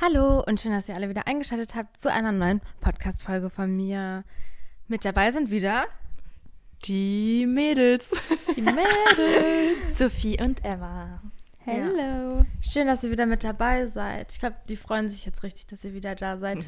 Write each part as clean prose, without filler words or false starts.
Hallo und schön, dass ihr alle wieder eingeschaltet habt zu einer neuen Podcast-Folge von mir. Mit dabei sind wieder die Mädels. die Mädels. Sophie und Emma. Hello. Ja. Schön, dass ihr wieder mit dabei seid. Ich glaube, die freuen sich jetzt richtig, dass ihr wieder da seid.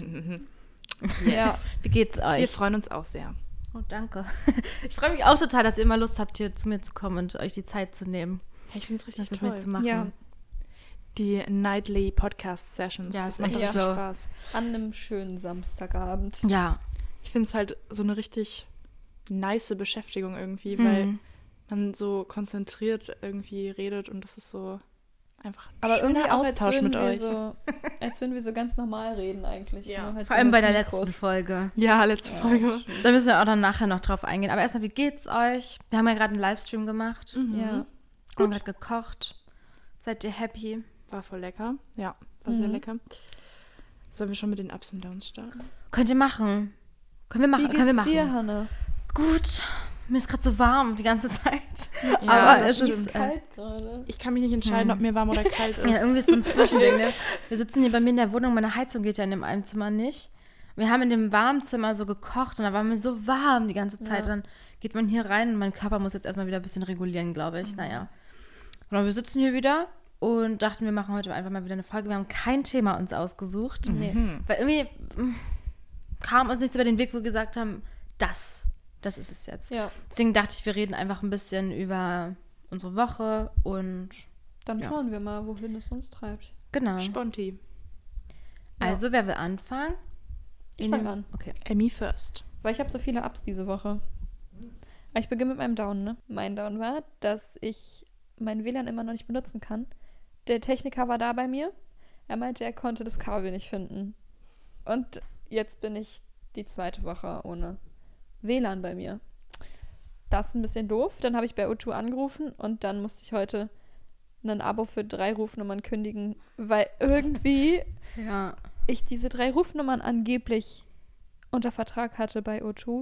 Ja. Wie geht's euch? Wir freuen uns auch sehr. Oh, danke. Ich freue mich auch total, dass ihr immer Lust habt, hier zu mir zu kommen und euch die Zeit zu nehmen. Ja, ich finde es richtig das toll. Mit mir zu machen. Ja. Die Nightly Podcast Sessions. Ja, das macht richtig Spaß. An einem schönen Samstagabend. Ja. Ich finde es halt so eine richtig nice Beschäftigung irgendwie, weil man so konzentriert irgendwie redet und das ist so einfach ein aber schöner irgendwie auch, Austausch mit euch. Als würden wir so ganz normal reden eigentlich. Ja. Halt vor so allem bei der Mikros. letzten Folge. Ja, letzte Folge. Da müssen wir auch dann nachher noch drauf eingehen. Aber erstmal, wie geht's euch? Wir haben ja gerade einen Livestream gemacht. Ja. Und hat gekocht. Seid ihr happy? War voll lecker. Ja, war sehr lecker. Sollen wir schon mit den Ups und Downs starten? Könnt ihr machen. Können wir machen. Wie geht's dir, Hanne? Gut. Mir ist gerade so warm die ganze Zeit. Ja, aber das es ist kalt gerade. Ich kann mich nicht entscheiden, ob mir warm oder kalt ist. Ja, irgendwie ist so ein Zwischending. Ne? Wir sitzen hier bei mir in der Wohnung, meine Heizung geht ja in dem einen Zimmer nicht. Wir haben in dem warmen Zimmer so gekocht und da war mir so warm die ganze Zeit. Ja. Dann geht man hier rein und mein Körper muss jetzt erstmal wieder ein bisschen regulieren, glaube ich. Naja. Genau, wir sitzen hier wieder und dachten, wir machen heute einfach mal wieder eine Folge. Wir haben kein Thema uns ausgesucht. Nee. Weil irgendwie kam uns nichts über den Weg, wo wir gesagt haben, das ist es jetzt. Ja. Deswegen dachte ich, wir reden einfach ein bisschen über unsere Woche und Dann schauen wir mal, wohin es uns treibt. genau. Sponti. Also, wer will anfangen? Ich fange an. Okay. Emmy first. Weil ich habe so viele Ups diese Woche. Aber ich beginne mit meinem Down, ne? Mein Down war, dass ich mein WLAN immer noch nicht benutzen kann. Der Techniker war da bei mir. Er meinte, er konnte das Kabel nicht finden. Und jetzt bin ich die zweite Woche ohne WLAN bei mir. Das ist ein bisschen doof. Dann habe ich bei O2 angerufen und dann musste ich heute ein Abo für 3 Rufnummern kündigen, weil irgendwie Ja. ich diese 3 Rufnummern angeblich unter Vertrag hatte bei O2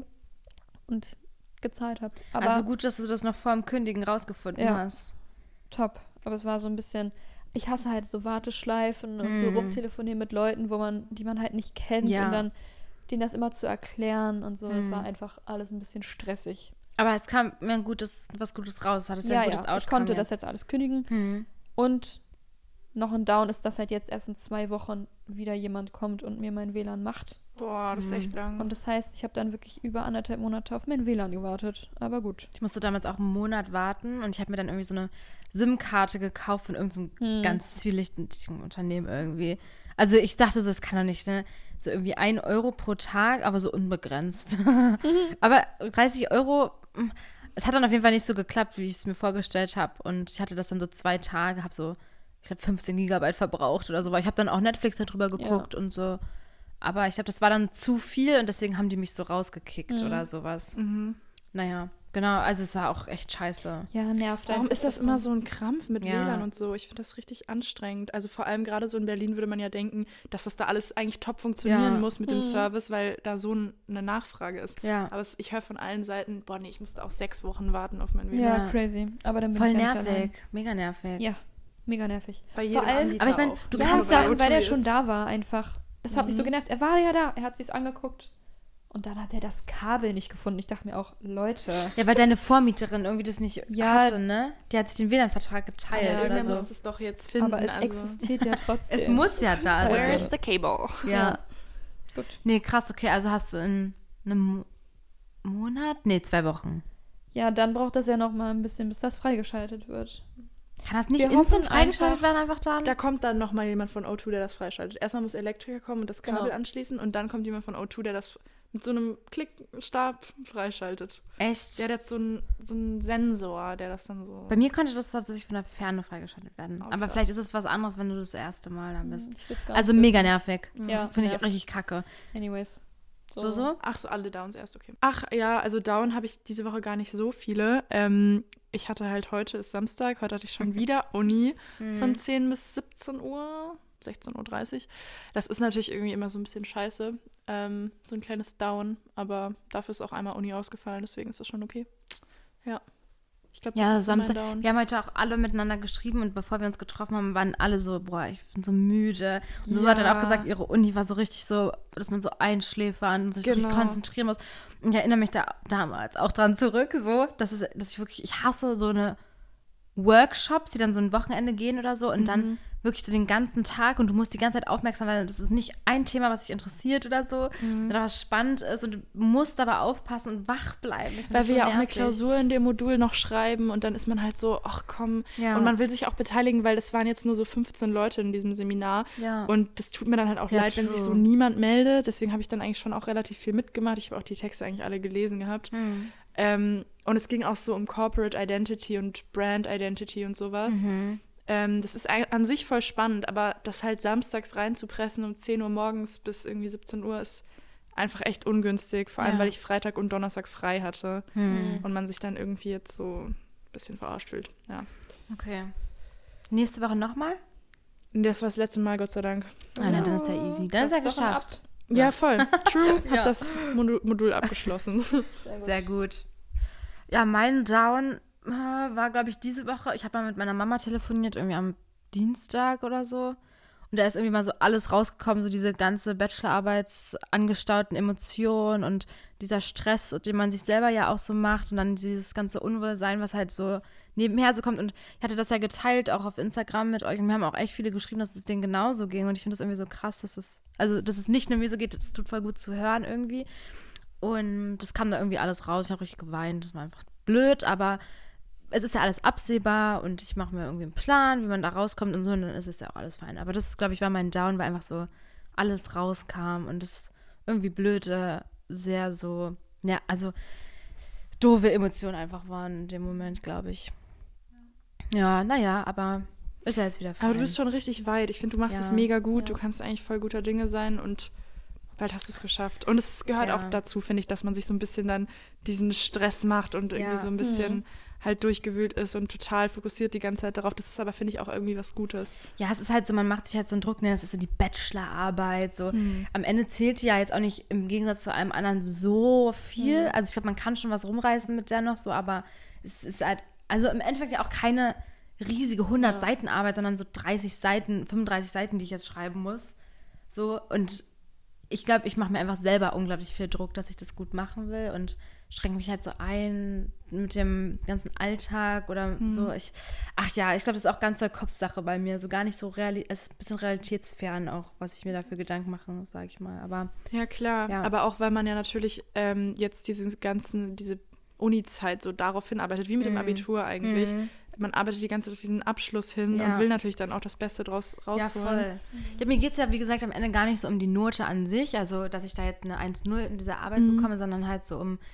und gezahlt habe. Aber Also gut, dass du das noch vor dem Kündigen rausgefunden Ja. hast. top. Aber es war so ein bisschen, ich hasse halt so Warteschleifen und so rumtelefonieren mit Leuten, die man halt nicht kennt Ja. und dann denen das immer zu erklären und so. Es war einfach alles ein bisschen stressig. Aber es kam mir was Gutes raus. Hattest ja ein gutes Outcome ich konnte das jetzt alles kündigen. Und noch ein Down ist, dass halt jetzt erst in 2 Wochen wieder jemand kommt und mir mein WLAN macht. Boah, das ist echt lang. Und das heißt, ich habe dann wirklich über 1,5 Monate auf mein WLAN gewartet. Aber gut. Ich musste damals auch einen Monat warten und ich habe mir dann irgendwie so eine SIM-Karte gekauft von irgendeinem ganz zwielichtigen Unternehmen irgendwie. Also ich dachte so, das kann doch nicht, ne? So irgendwie 1 Euro pro Tag, aber so unbegrenzt. Aber 30 Euro, es hat dann auf jeden Fall nicht so geklappt, wie ich es mir vorgestellt habe. Und ich hatte das dann so 2 Tage, habe so, ich glaube, 15 Gigabyte verbraucht oder so. Weil ich habe dann auch Netflix darüber geguckt und so. Aber ich glaube, das war dann zu viel und deswegen haben die mich so rausgekickt oder sowas. Naja, genau. Also es war auch echt scheiße. Ja, nervt. Warum einfach. ist das immer so ein Krampf mit Ja. WLAN und so? Ich finde das richtig anstrengend. Also vor allem gerade so in Berlin würde man ja denken, dass das da alles eigentlich top funktionieren muss mit dem Service, weil da so eine Nachfrage ist. Ja. Aber ich höre von allen Seiten, boah nee, ich musste auch 6 Wochen warten auf mein WLAN. Ja, Ja. crazy. Aber dann bin Voll ich ja nicht nervig. allein. Mega nervig. Ja, mega nervig. Bei jedem Vor allem, Anbieter aber ich meine, auch. du ja, kannst vor ja allem, weil der O2 schon ist. da war einfach. Das hat mich so genervt. Er war ja da, er hat sich's angeguckt. Und dann hat er das Kabel nicht gefunden. Ich dachte mir auch, Leute. Ja, weil deine Vormieterin irgendwie das nicht Ja. hatte, ne? Die hat sich den WLAN-Vertrag geteilt Ja, oder irgendwer so. muss es doch jetzt finden. Aber es also. existiert ja trotzdem. Es muss ja da Where sein. is the cable? Ja. Gut. Nee, krass, okay. Also hast du in einem Monat? Nee, 2 Wochen. Ja, dann braucht das ja noch mal ein bisschen, bis das freigeschaltet wird. Kann das nicht Wir instant hoffen freigeschaltet einfach- werden einfach dann? Da kommt dann nochmal jemand von O2, der das freischaltet. Erstmal muss Elektriker kommen und das Kabel Genau. anschließen und dann kommt jemand von O2, der das mit so einem Klickstab freischaltet. Echt? Der hat so einen Sensor, der das dann so... Bei mir konnte das tatsächlich von der Ferne freigeschaltet werden. Oh, Aber krass. vielleicht ist es was anderes, wenn du das erste Mal da bist. Ich will's gar Also nicht mega wissen. nervig. Ja, Finde ich auch nervig. richtig kacke. Anyways. So? Ach so, alle Downs erst, okay. Ach ja, also Down habe ich diese Woche gar nicht so viele. Ich hatte halt, heute ist Samstag, heute hatte ich schon wieder Uni von 10 bis 17 Uhr, 16:30 Uhr. Das ist natürlich irgendwie immer so ein bisschen scheiße, so ein kleines Down, aber dafür ist auch einmal Uni ausgefallen, deswegen ist das schon okay. Ja. Ich glaube, Ja, das ist so mein Samstag. Down. Wir haben heute auch alle miteinander geschrieben und bevor wir uns getroffen haben, waren alle so, boah, ich bin so müde. Und so hat dann auch gesagt, ihre Uni war so richtig so, dass man so einschläfern und sich so richtig konzentrieren muss. Und ich erinnere mich da damals auch dran zurück, so, dass ich wirklich, ich hasse so eine Workshops, die dann so ein Wochenende gehen oder so und dann wirklich so den ganzen Tag und du musst die ganze Zeit aufmerksam sein. Das ist nicht ein Thema, was dich interessiert oder so, oder was spannend ist und du musst aber aufpassen und wach bleiben. Weil wir ja auch eine Klausur in dem Modul noch schreiben und dann ist man halt so, ach komm. Ja. Und man will sich auch beteiligen, weil das waren jetzt nur so 15 Leute in diesem Seminar. Ja. Und das tut mir dann halt auch leid, wenn sich so niemand meldet. Deswegen habe ich dann eigentlich schon auch relativ viel mitgemacht. Ich habe auch die Texte eigentlich alle gelesen gehabt. Und es ging auch so um Corporate Identity und Brand Identity und sowas. Das ist an sich voll spannend, aber das halt samstags reinzupressen um 10 Uhr morgens bis irgendwie 17 Uhr ist einfach echt ungünstig. Vor allem, weil ich Freitag und Donnerstag frei hatte und man sich dann irgendwie jetzt so ein bisschen verarscht fühlt. Ja. Okay. Nächste Woche nochmal? Das war das letzte Mal, Gott sei Dank. Ah, dann ist ja easy. Dann ist ja Das geschafft. Ja, voll. True. Hab das Modul abgeschlossen. Sehr gut. Ja, mein Down war, glaube ich, diese Woche. Ich habe mal mit meiner Mama telefoniert, irgendwie am Dienstag oder so. Und da ist irgendwie mal so alles rausgekommen, so diese ganze Bachelorarbeits angestauten Emotionen und dieser Stress, den man sich selber ja auch so macht und dann dieses ganze Unwohlsein, was halt so nebenher so kommt. Und ich hatte das ja geteilt, auch auf Instagram mit euch. Und mir haben auch echt viele geschrieben, dass es denen genauso ging. Und ich finde das irgendwie so krass, dass es nicht nur mir so geht, es tut voll gut zu hören irgendwie. Und das kam da irgendwie alles raus. Ich habe richtig geweint. Das war einfach blöd, aber es ist ja alles absehbar und ich mache mir irgendwie einen Plan, wie man da rauskommt und so, und dann ist es ja auch alles fein. Aber das, glaube ich, war mein Down, weil einfach so alles rauskam und das irgendwie blöde, sehr so, ja, also doofe Emotionen einfach waren in dem Moment, glaube ich. Ja, naja, aber ist ja jetzt wieder fein. Aber du bist schon richtig weit. Ich finde, du machst es mega gut. Du kannst eigentlich voll guter Dinge sein und bald hast du es geschafft. Und es gehört auch dazu, finde ich, dass man sich so ein bisschen dann diesen Stress macht und irgendwie so ein bisschen halt durchgewühlt ist und total fokussiert die ganze Zeit darauf. Das ist aber, finde ich, auch irgendwie was Gutes. Ja, es ist halt so, man macht sich halt so einen Druck, das ist so die Bachelorarbeit. So. Am Ende zählt ja jetzt auch nicht im Gegensatz zu allem anderen so viel. Also ich glaube, man kann schon was rumreißen mit der noch so, aber es ist halt, also im Endeffekt ja auch keine riesige 100-Seiten-Arbeit, sondern so 30 Seiten, 35 Seiten, die ich jetzt schreiben muss. So, und ich glaube, ich mache mir einfach selber unglaublich viel Druck, dass ich das gut machen will und schränke mich halt so ein mit dem ganzen Alltag oder so. Ich glaube, das ist auch ganz der Kopfsache bei mir. So gar nicht so, es ist ein bisschen realitätsfern auch, was ich mir dafür Gedanken mache, sage ich mal. Aber ja, klar. Ja. Aber auch, weil man ja natürlich jetzt diese Uni-Zeit so darauf hinarbeitet, wie mit dem Abitur eigentlich. Man arbeitet die ganze Zeit auf diesen Abschluss hin und will natürlich dann auch das Beste draus rausholen. Ja, voll. Ja, mir geht es ja, wie gesagt, am Ende gar nicht so um die Note an sich, also dass ich da jetzt eine 1,0 in dieser Arbeit bekomme, sondern halt so um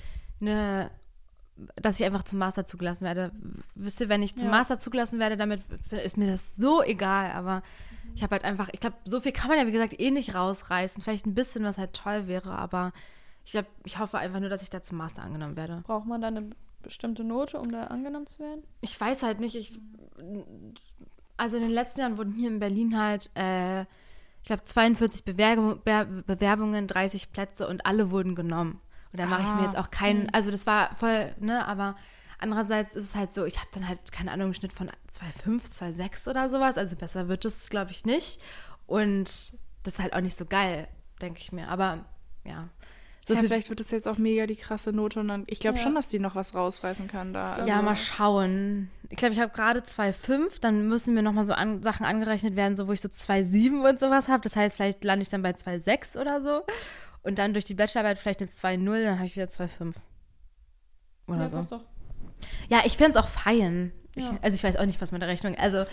dass ich einfach zum Master zugelassen werde. Wisst ihr, wenn ich zum Master zugelassen werde, damit ist mir das so egal, aber ich habe halt einfach, ich glaube, so viel kann man ja, wie gesagt, nicht rausreißen. Vielleicht ein bisschen, was halt toll wäre, aber ich hoffe einfach nur, dass ich da zum Master angenommen werde. Braucht man da eine bestimmte Note, um da angenommen zu werden? Ich weiß halt nicht. Also in den letzten Jahren wurden hier in Berlin halt, ich glaube, 42 Bewerbungen, 30 Plätze und alle wurden genommen. Und da mache ich mir jetzt auch keinen, also das war voll, ne, aber andererseits ist es halt so, ich habe dann halt, keine Ahnung, einen Schnitt von 2,5, 2,6 oder sowas, also besser wird es, glaube ich, nicht. Und das ist halt auch nicht so geil, denke ich mir, aber ja. So vielleicht wird das jetzt auch mega die krasse Note und dann, ich glaube schon, dass die noch was rausreißen kann da. Also. Ja, mal schauen. Ich glaube, ich habe gerade 2,5, dann müssen mir nochmal so Sachen angerechnet werden, so wo ich so 2,7 und sowas habe. Das heißt, vielleicht lande ich dann bei 2,6 oder so. Und dann durch die Bachelorarbeit vielleicht eine 2,0, dann habe ich wieder 2,5. Oder so. Doch. Ja, ich fände es auch fein. Ja. Ich weiß auch nicht, was meine Rechnung, also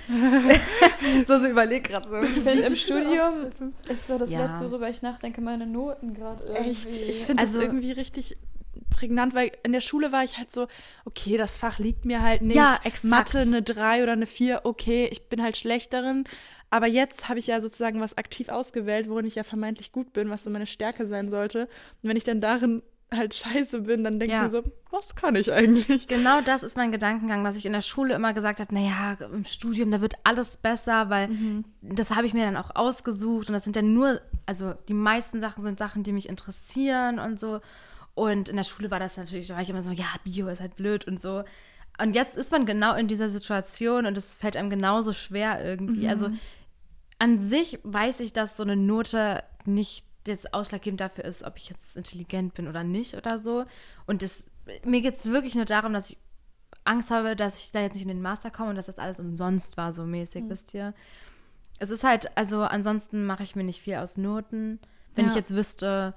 so überleg gerade so. Ich finde, im Studium ist so das Letzte, worüber ich nachdenke, meine Noten gerade irgendwie. Echt? Ich finde das irgendwie richtig prägnant, weil in der Schule war ich halt so, okay, das Fach liegt mir halt nicht. Ja, exakt. Mathe eine 3 oder eine 4, okay, ich bin halt schlecht darin. Aber jetzt habe ich ja sozusagen was aktiv ausgewählt, worin ich ja vermeintlich gut bin, was so meine Stärke sein sollte. Und wenn ich dann darin halt scheiße bin, dann denke ich mir so, was kann ich eigentlich? Genau das ist mein Gedankengang, dass ich in der Schule immer gesagt habe, naja, im Studium, da wird alles besser, weil das habe ich mir dann auch ausgesucht und das sind ja nur, also die meisten Sachen sind Sachen, die mich interessieren und so. Und in der Schule war das natürlich, da war ich immer so, ja, Bio ist halt blöd und so. Und jetzt ist man genau in dieser Situation und es fällt einem genauso schwer irgendwie. Also an sich weiß ich, dass so eine Note nicht jetzt ausschlaggebend dafür ist, ob ich jetzt intelligent bin oder nicht oder so. Und mir geht es wirklich nur darum, dass ich Angst habe, dass ich da jetzt nicht in den Master komme und dass das alles umsonst war, so mäßig, wisst ihr. Es ist halt, also ansonsten mache ich mir nicht viel aus Noten. Wenn ich jetzt wüsste,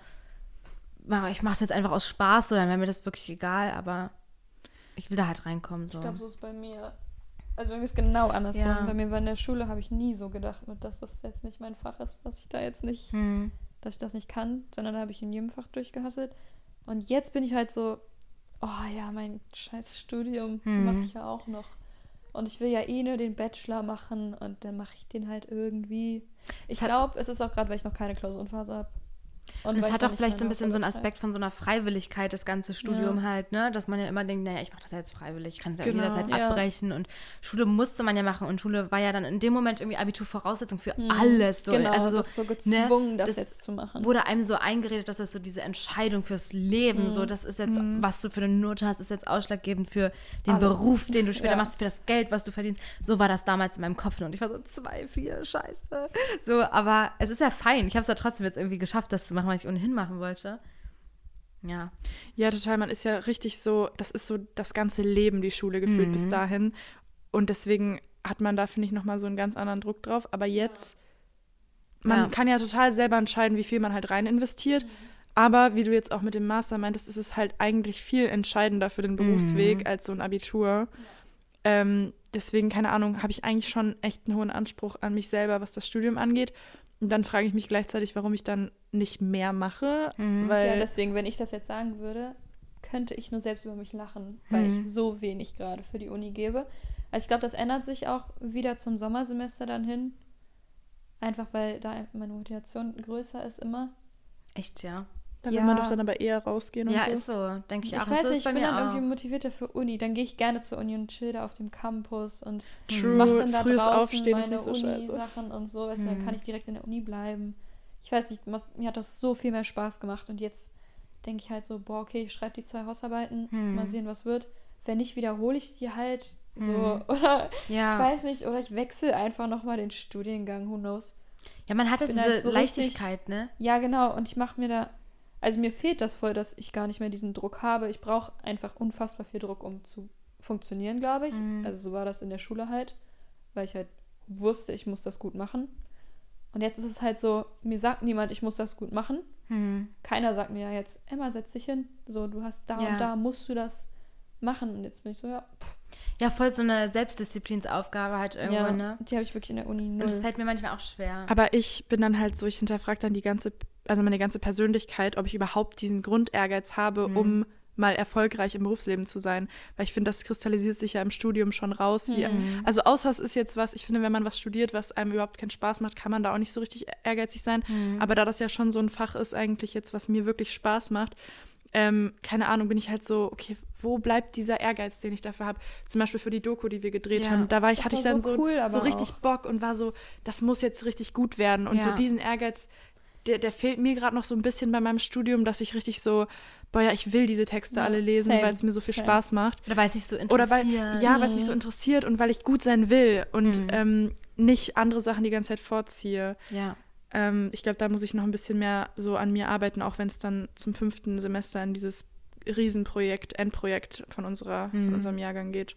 ich mache es jetzt einfach aus Spaß, so, dann wäre mir das wirklich egal, aber ich will da halt reinkommen. So. Ich glaube, so ist bei mir. Also bei mir ist genau andersrum. Ja. Bei mir war in der Schule, habe ich nie so gedacht, dass das jetzt nicht mein Fach ist, dass ich da jetzt nicht, dass ich das nicht kann, sondern da habe ich in jedem Fach durchgehasselt. Und jetzt bin ich halt so, oh ja, mein scheiß Studium mache ich ja auch noch. Und ich will ja nur den Bachelor machen und dann mache ich den halt irgendwie. Ich glaube, es ist auch gerade, weil ich noch keine Klausurenphase habe. Und es hat auch vielleicht so ein bisschen so einen Aspekt von so einer Freiwilligkeit, das ganze Studium halt, ne? Dass man ja immer denkt, naja, ich mache das ja jetzt freiwillig, ich kann es ja jederzeit abbrechen. Und Schule musste man ja machen und Schule war ja dann in dem Moment irgendwie Abitur-Voraussetzung für alles. So. Genau, also du bist so gezwungen, das jetzt zu machen. Wurde einem so eingeredet, dass das so diese Entscheidung fürs Leben, so das ist jetzt, was du für eine Note hast, ist jetzt ausschlaggebend für den Beruf, den du später machst, für das Geld, was du verdienst. So war das damals in meinem Kopf und ich war so 2, 4, scheiße. So, aber es ist ja fein. Ich habe es ja trotzdem jetzt irgendwie geschafft, das zu machen, was ich ohnehin machen wollte. Ja. Ja, total. Man ist ja richtig so, das ist so das ganze Leben, die Schule gefühlt bis dahin. Und deswegen hat man da, finde ich, nochmal so einen ganz anderen Druck drauf. Aber jetzt, man kann ja total selber entscheiden, wie viel man halt rein investiert. Aber wie du jetzt auch mit dem Master meintest, ist es halt eigentlich viel entscheidender für den Berufsweg als so ein Abitur. Deswegen, keine Ahnung, habe ich eigentlich schon echt einen hohen Anspruch an mich selber, was das Studium angeht. Und dann frage ich mich gleichzeitig, warum ich dann nicht mehr mache. Weil ja, deswegen, wenn ich das jetzt sagen würde, könnte ich nur selbst über mich lachen, weil ich so wenig gerade für die Uni gebe. Also ich glaube, das ändert sich auch wieder zum Sommersemester dann hin. Einfach, weil da meine Motivation größer ist immer. Echt, ja. Da will man doch dann aber eher rausgehen und ja, so. ist so, denke ich auch. Ich weiß nicht, ich bin dann auch irgendwie motivierter für Uni. Dann gehe ich gerne zur Uni und chill da auf dem Campus und True, mache dann da frühes draußen Aufstehen ist meine nicht so scheiße. Uni-Sachen und so. Weißt du, dann kann ich direkt in der Uni bleiben. Ich weiß nicht, mir hat das so viel mehr Spaß gemacht. Und jetzt denke ich halt so, boah, okay, ich schreibe die 2 Hausarbeiten, mal sehen, was wird. Wenn nicht, wiederhole ich die halt so. Oder ich weiß nicht, oder ich wechsle einfach nochmal den Studiengang, who knows. Ja, man hat diese halt so Leichtigkeit, ne? Ja, genau. Und ich mache mir da, also mir fehlt das voll, dass ich gar nicht mehr diesen Druck habe. Ich brauche einfach unfassbar viel Druck, um zu funktionieren, glaube ich. Also so war das in der Schule halt, weil ich halt wusste, ich muss das gut machen. Und jetzt ist es halt so, mir sagt niemand, ich muss das gut machen. Keiner sagt mir ja jetzt, Emma, setz dich hin. So, du hast da und da, musst du das machen. Und jetzt bin ich so, ja. Ja, voll so eine Selbstdisziplinsaufgabe halt irgendwo, ne? Die habe ich wirklich in der Uni null. Und das fällt mir manchmal auch schwer. Aber ich bin dann halt so, ich hinterfrage dann meine ganze Persönlichkeit, ob ich überhaupt diesen Grundehrgeiz habe, um mal erfolgreich im Berufsleben zu sein. Weil ich finde, das kristallisiert sich ja im Studium schon raus. Also außer es ist jetzt was, ich finde, wenn man was studiert, was einem überhaupt keinen Spaß macht, kann man da auch nicht so richtig ehrgeizig sein. Aber da das ja schon so ein Fach ist eigentlich jetzt, was mir wirklich Spaß macht, keine Ahnung, bin ich halt so, okay, wo bleibt dieser Ehrgeiz, den ich dafür habe? Zum Beispiel für die Doku, die wir gedreht haben, hatte ich dann so richtig Bock und war so, das muss jetzt richtig gut werden. Und so diesen Ehrgeiz, der fehlt mir gerade noch so ein bisschen bei meinem Studium, dass ich richtig so, boah, ja, ich will diese Texte alle lesen, weil es mir so viel Spaß macht. Oder weil es sich so interessiert. Weil es mich so interessiert und weil ich gut sein will und nicht andere Sachen die ganze Zeit vorziehe. Ja. Ich glaube, da muss ich noch ein bisschen mehr so an mir arbeiten, auch wenn es dann zum 5. Semester in dieses Riesenprojekt, Endprojekt von unserem Jahrgang geht.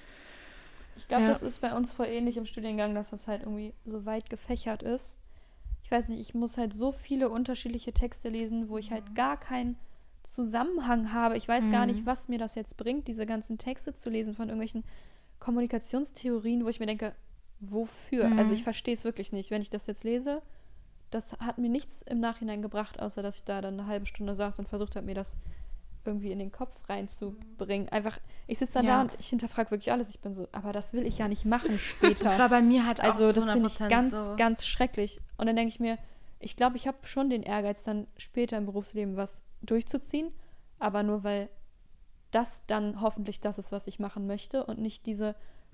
Ich glaube, das ist bei uns voll ähnlich im Studiengang, dass das halt irgendwie so weit gefächert ist. Ich weiß nicht, ich muss halt so viele unterschiedliche Texte lesen, wo ich halt gar keinen Zusammenhang habe. Ich weiß gar nicht, was mir das jetzt bringt, diese ganzen Texte zu lesen von irgendwelchen Kommunikationstheorien, wo ich mir denke, wofür? Also ich verstehe es wirklich nicht. Wenn ich das jetzt lese, das hat mir nichts im Nachhinein gebracht, außer dass ich da dann eine halbe Stunde saß und versucht habe, mir das irgendwie in den Kopf reinzubringen. Einfach, ich sitze dann da und ich hinterfrage wirklich alles. Ich bin so, aber das will ich ja nicht machen später. Das war bei mir halt auch also das finde ich 100% ganz, so. ganz schrecklich. Und dann denke ich mir, ich glaube, ich habe schon den Ehrgeiz, dann später im Berufsleben was durchzuziehen, aber nur weil das dann hoffentlich das ist, was ich machen möchte und nicht dieser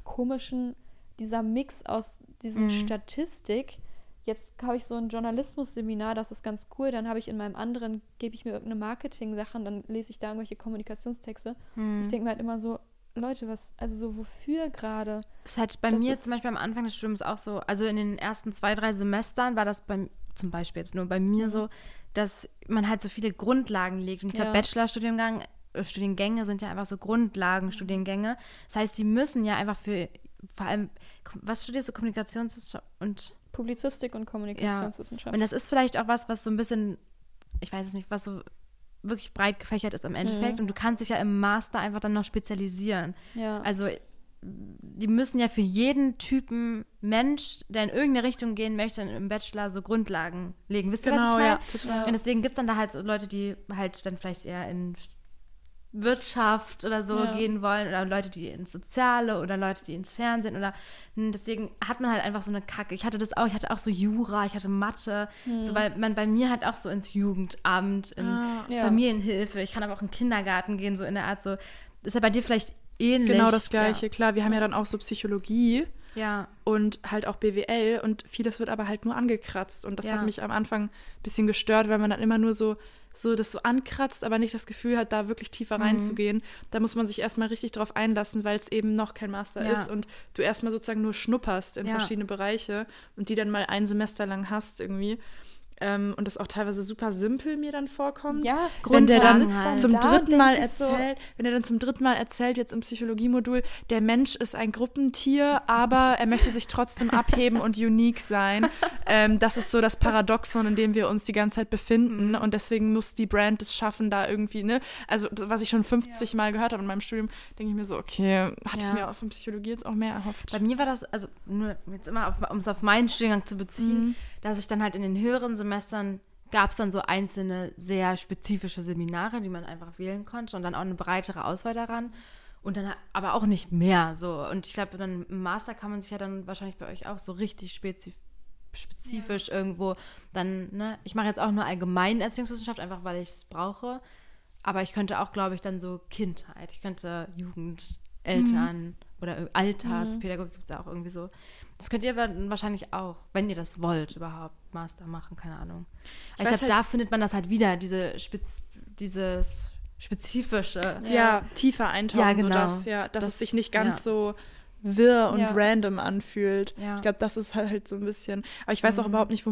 Mix aus diesen Statistik. Jetzt habe ich so ein Journalismus-Seminar, das ist ganz cool. Dann habe ich in meinem anderen, gebe ich mir irgendeine Marketing-Sache und dann lese ich da irgendwelche Kommunikationstexte. Ich denke mir halt immer so, Leute, also so wofür gerade? Es ist halt bei mir zum Beispiel am Anfang des Studiums auch so, also in den ersten 2-3 Semestern war das zum Beispiel jetzt nur bei mir so, dass man halt so viele Grundlagen legt. Und ich glaube, Studiengänge sind ja einfach so Grundlagenstudiengänge. Das heißt, die müssen ja einfach vor allem, was studierst du, Kommunikationswissenschaft und Publizistik und Kommunikationswissenschaft. Und das ist vielleicht auch was so ein bisschen, ich weiß es nicht, was so wirklich breit gefächert ist im Endeffekt. Und du kannst dich ja im Master einfach dann noch spezialisieren. Ja. Also die müssen ja für jeden Typen Mensch, der in irgendeine Richtung gehen möchte, im Bachelor so Grundlagen legen. Wisst ihr, was ich meine? Ja, total. Und deswegen gibt es dann da halt so Leute, die halt dann vielleicht eher in Wirtschaft oder so gehen wollen oder Leute, die ins Soziale oder Leute, die ins Fernsehen oder deswegen hat man halt einfach so eine Kacke. Ich hatte auch so Jura, ich hatte Mathe, so, weil man bei mir halt auch so ins Jugendamt, in Familienhilfe, ich kann aber auch in den Kindergarten gehen, so in der Art so. Ist ja bei dir vielleicht ähnlich. Genau das Gleiche, klar. Wir haben ja dann auch so Psychologie und halt auch BWL und vieles wird aber halt nur angekratzt und das hat mich am Anfang ein bisschen gestört, weil man dann immer nur so das so ankratzt, aber nicht das Gefühl hat, da wirklich tiefer reinzugehen. Da muss man sich erstmal richtig drauf einlassen, weil es eben noch kein Master ist und du erstmal sozusagen nur schnupperst in verschiedene Bereiche und die dann mal ein Semester lang hast irgendwie. Und das auch teilweise super simpel mir dann vorkommt. Ja, wenn der dann halt. zum dritten Mal erzählt, jetzt im Psychologiemodul, der Mensch ist ein Gruppentier, aber er möchte sich trotzdem abheben und unique sein. Das ist so das Paradoxon, in dem wir uns die ganze Zeit befinden und deswegen muss die Brand es schaffen, da irgendwie, ne? Also was ich schon 50 Mal gehört habe in meinem Studium, denke ich mir so, okay, hatte ich mir auch von Psychologie jetzt auch mehr erhofft. Bei mir war das, also nur jetzt immer, um es auf meinen Studiengang zu beziehen, dass ich dann halt in den höheren Semestern gab es dann so einzelne sehr spezifische Seminare, die man einfach wählen konnte und dann auch eine breitere Auswahl daran und dann aber auch nicht mehr so. Und ich glaube, dann im Master kann man sich ja dann wahrscheinlich bei euch auch so richtig spezifisch irgendwo dann, ne, ich mache jetzt auch nur allgemeine Erziehungswissenschaft, einfach weil ich es brauche, aber ich könnte auch, glaube ich, dann so Kindheit, ich könnte Jugend, Eltern oder Alterspädagogik gibt es ja auch irgendwie so. Das könnt ihr wahrscheinlich auch, wenn ihr das wollt, überhaupt Master machen, keine Ahnung. Ich glaube, da findet man das halt wieder, dieses spezifische. Ja, tiefer eintauchen, genau. Dass es sich nicht ganz so wirr und random anfühlt. Ja. Ich glaube, das ist halt so ein bisschen, aber ich weiß auch überhaupt nicht,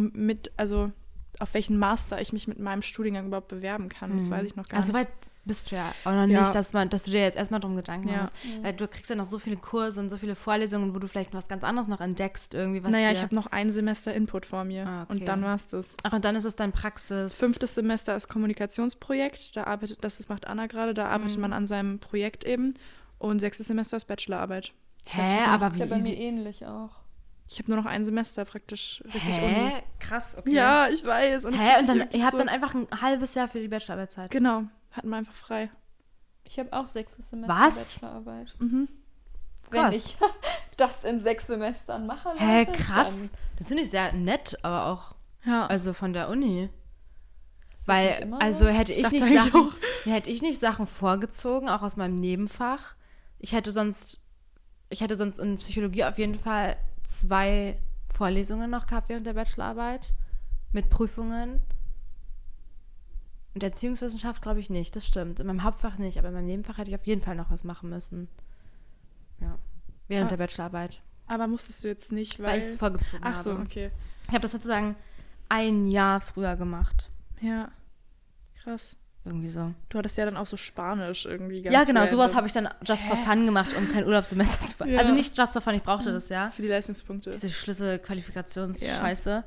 auf welchen Master ich mich mit meinem Studiengang überhaupt bewerben kann. Das weiß ich noch gar nicht. Also weit bist du ja auch noch nicht, dass du dir jetzt erstmal drum Gedanken machst. Weil du kriegst ja noch so viele Kurse und so viele Vorlesungen, wo du vielleicht was ganz anderes noch entdeckst. Irgendwie, ich habe noch ein Semester Input vor mir und dann war's das. Ach, und dann ist es dann Praxis. 5. Semester ist Kommunikationsprojekt, das macht Anna gerade, da arbeitet man an seinem Projekt eben. Und 6. Semester ist Bachelorarbeit. Aber wie ist ja bei mir ähnlich auch. Ich habe nur noch ein Semester praktisch richtig Uni. Krass, okay. Ja, ich weiß. Und und dann, ihr habt dann einfach ein halbes Jahr für die Bachelorarbeitszeit. Genau, hatten wir einfach frei. Ich habe auch 6. Semester Bachelorarbeit. Wenn ich das in 6 Semestern mache, Leute, krass. Das finde ich sehr nett, aber auch also von der Uni. Weil, also hätte ich nicht Sachen vorgezogen, auch aus meinem Nebenfach. Ich hätte sonst in Psychologie auf jeden Fall 2 Vorlesungen noch gehabt während der Bachelorarbeit mit Prüfungen. Und Erziehungswissenschaft glaube ich nicht, das stimmt. In meinem Hauptfach nicht, aber in meinem Nebenfach hätte ich auf jeden Fall noch was machen müssen. Ja, während der Bachelorarbeit. Aber musstest du jetzt nicht, weil ich es vorgezogen habe. Ach so, okay. Ich habe das sozusagen ein Jahr früher gemacht. Ja, krass. Irgendwie so. Du hattest ja dann auch so Spanisch irgendwie. Ganz ja, genau, sowas habe ich dann just for fun gemacht, um kein Urlaubssemester zu machen. Also nicht just for fun, ich brauchte das, ja. Für die Leistungspunkte. Diese Schlüsselqualifikationsscheiße.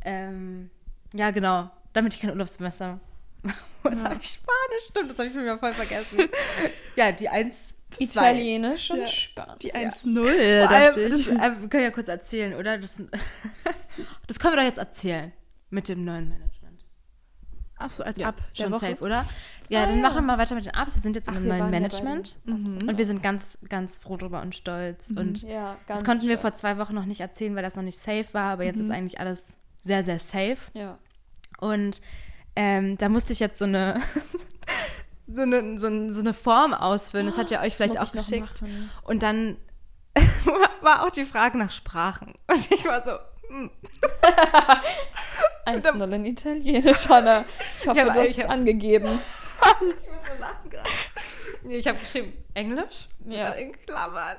Ja, genau, damit ich kein Urlaubssemester Was habe ich Spanisch? Stimmt, das habe ich schon wieder voll vergessen. Ja, die 1, Italienisch und Spanisch. Die 1-0, dachte ich. Wir können ja kurz erzählen, oder? Das können wir doch jetzt erzählen mit dem neuen Management. Ach so, als ja, Ab schon der Woche? safe, oder? Ja, dann machen wir mal weiter mit den Ups. Wir sind jetzt in einem neuen Management. Und wir sind ganz, ganz froh drüber und stolz. Und ja, das konnten wir vor 2 Wochen noch nicht erzählen, weil das noch nicht safe war. Aber jetzt ist eigentlich alles sehr, sehr safe. Ja. Und da musste ich jetzt so eine Form ausfüllen. Das hat ja euch vielleicht auch geschickt. Und dann war auch die Frage nach Sprachen. Und ich war so, 1-0 in Italienisch, Hanna. Ich hoffe, du hast es angegeben. Ich muss so lachen gerade. Nee, ich habe geschrieben Englisch, Ja. in Klammern.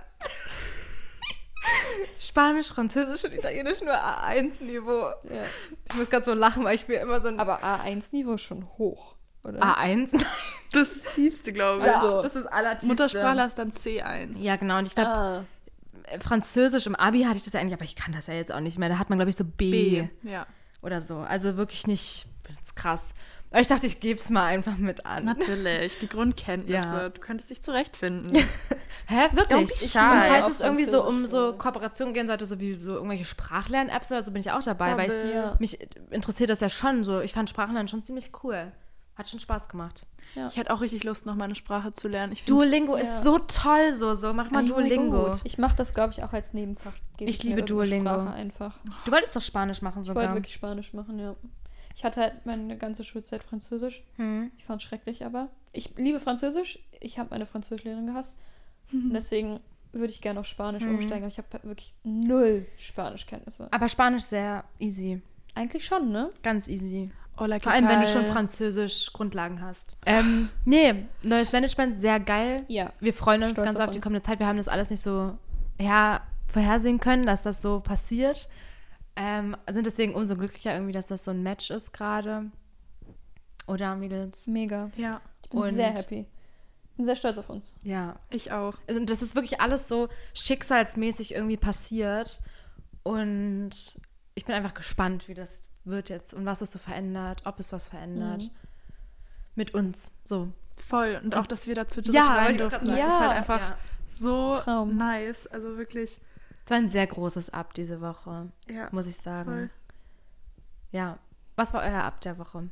Spanisch, Französisch und Italienisch nur A1-Niveau. Ja. Ich muss gerade so lachen, weil ich mir immer so ein Aber A1-Niveau ist schon hoch, oder? A1? Nein. Das ist das Tiefste, glaube ich. Ja, so. das ist allertiefste. Muttersprachler ist dann C1. Ja, genau. Und ich glaube, Französisch im Abi hatte ich das ja eigentlich, aber ich kann das ja jetzt auch nicht mehr. Da hat man, glaube ich, so B Ja. oder so. Also wirklich nicht, das ist krass. Aber ich dachte, ich gebe es mal einfach mit an. Natürlich, die Grundkenntnisse. Ja. Du könntest dich zurechtfinden. Hä, Don't wirklich? be Und shy. falls Auf es irgendwie so um Französisch, so oder? Kooperationen gehen sollte, so wie so irgendwelche Sprachlern-Apps oder so, bin ich auch dabei, weil Bubble. Ja. mich interessiert das ja schon so. Ich fand Sprachenlernen schon ziemlich cool. Hat schon Spaß gemacht. Ja. Ich hätte auch richtig Lust, noch mal eine Sprache zu lernen. Ich find, Duolingo Ja. ist so toll so. Mach mal Ey, Duolingo. gut. Ich mache das, glaube ich, auch als Nebenfach. Gebe Ich mir liebe irgendeine Duolingo. Sprache einfach. Du wolltest doch Spanisch machen Ich wollte sogar. wirklich Spanisch machen, ja. Ich hatte halt meine ganze Schulzeit Französisch. Ich fand es schrecklich, aber ich liebe Französisch. Ich habe meine Französischlehrerin gehasst. Und deswegen würde ich gerne auf Spanisch umsteigen. Aber ich habe wirklich 0 Spanischkenntnisse. Aber Spanisch sehr easy. Eigentlich schon, ne? Ganz easy. Hola, Vor allem, wenn du ¿qué schon tal? Französisch Grundlagen hast. Nee, neues Management, sehr geil. Ja. Wir freuen uns Stolz ganz auf auf die uns. kommende Zeit. Wir haben das alles nicht so vorhersehen können, dass das so passiert. Sind deswegen umso glücklicher irgendwie, dass das so ein Match ist gerade. Oder, Mädels? Mega. Ja, Ich bin Und- sehr happy. Bin sehr stolz auf uns. Ja. ich auch. Also das ist wirklich alles so schicksalsmäßig irgendwie passiert. Und ich bin einfach gespannt, wie das wird jetzt und was es so verändert, ob es was verändert. Mit uns. So. Voll. Und auch, dass wir dazu dritt Ja, rein wollte ich auch durften. grad Das sagen. ist halt Ja. einfach Ja. so Traum. nice. Also wirklich. Es war ein sehr großes Up diese Woche, Ja, muss ich sagen. voll. Ja. Was war euer Up der Woche?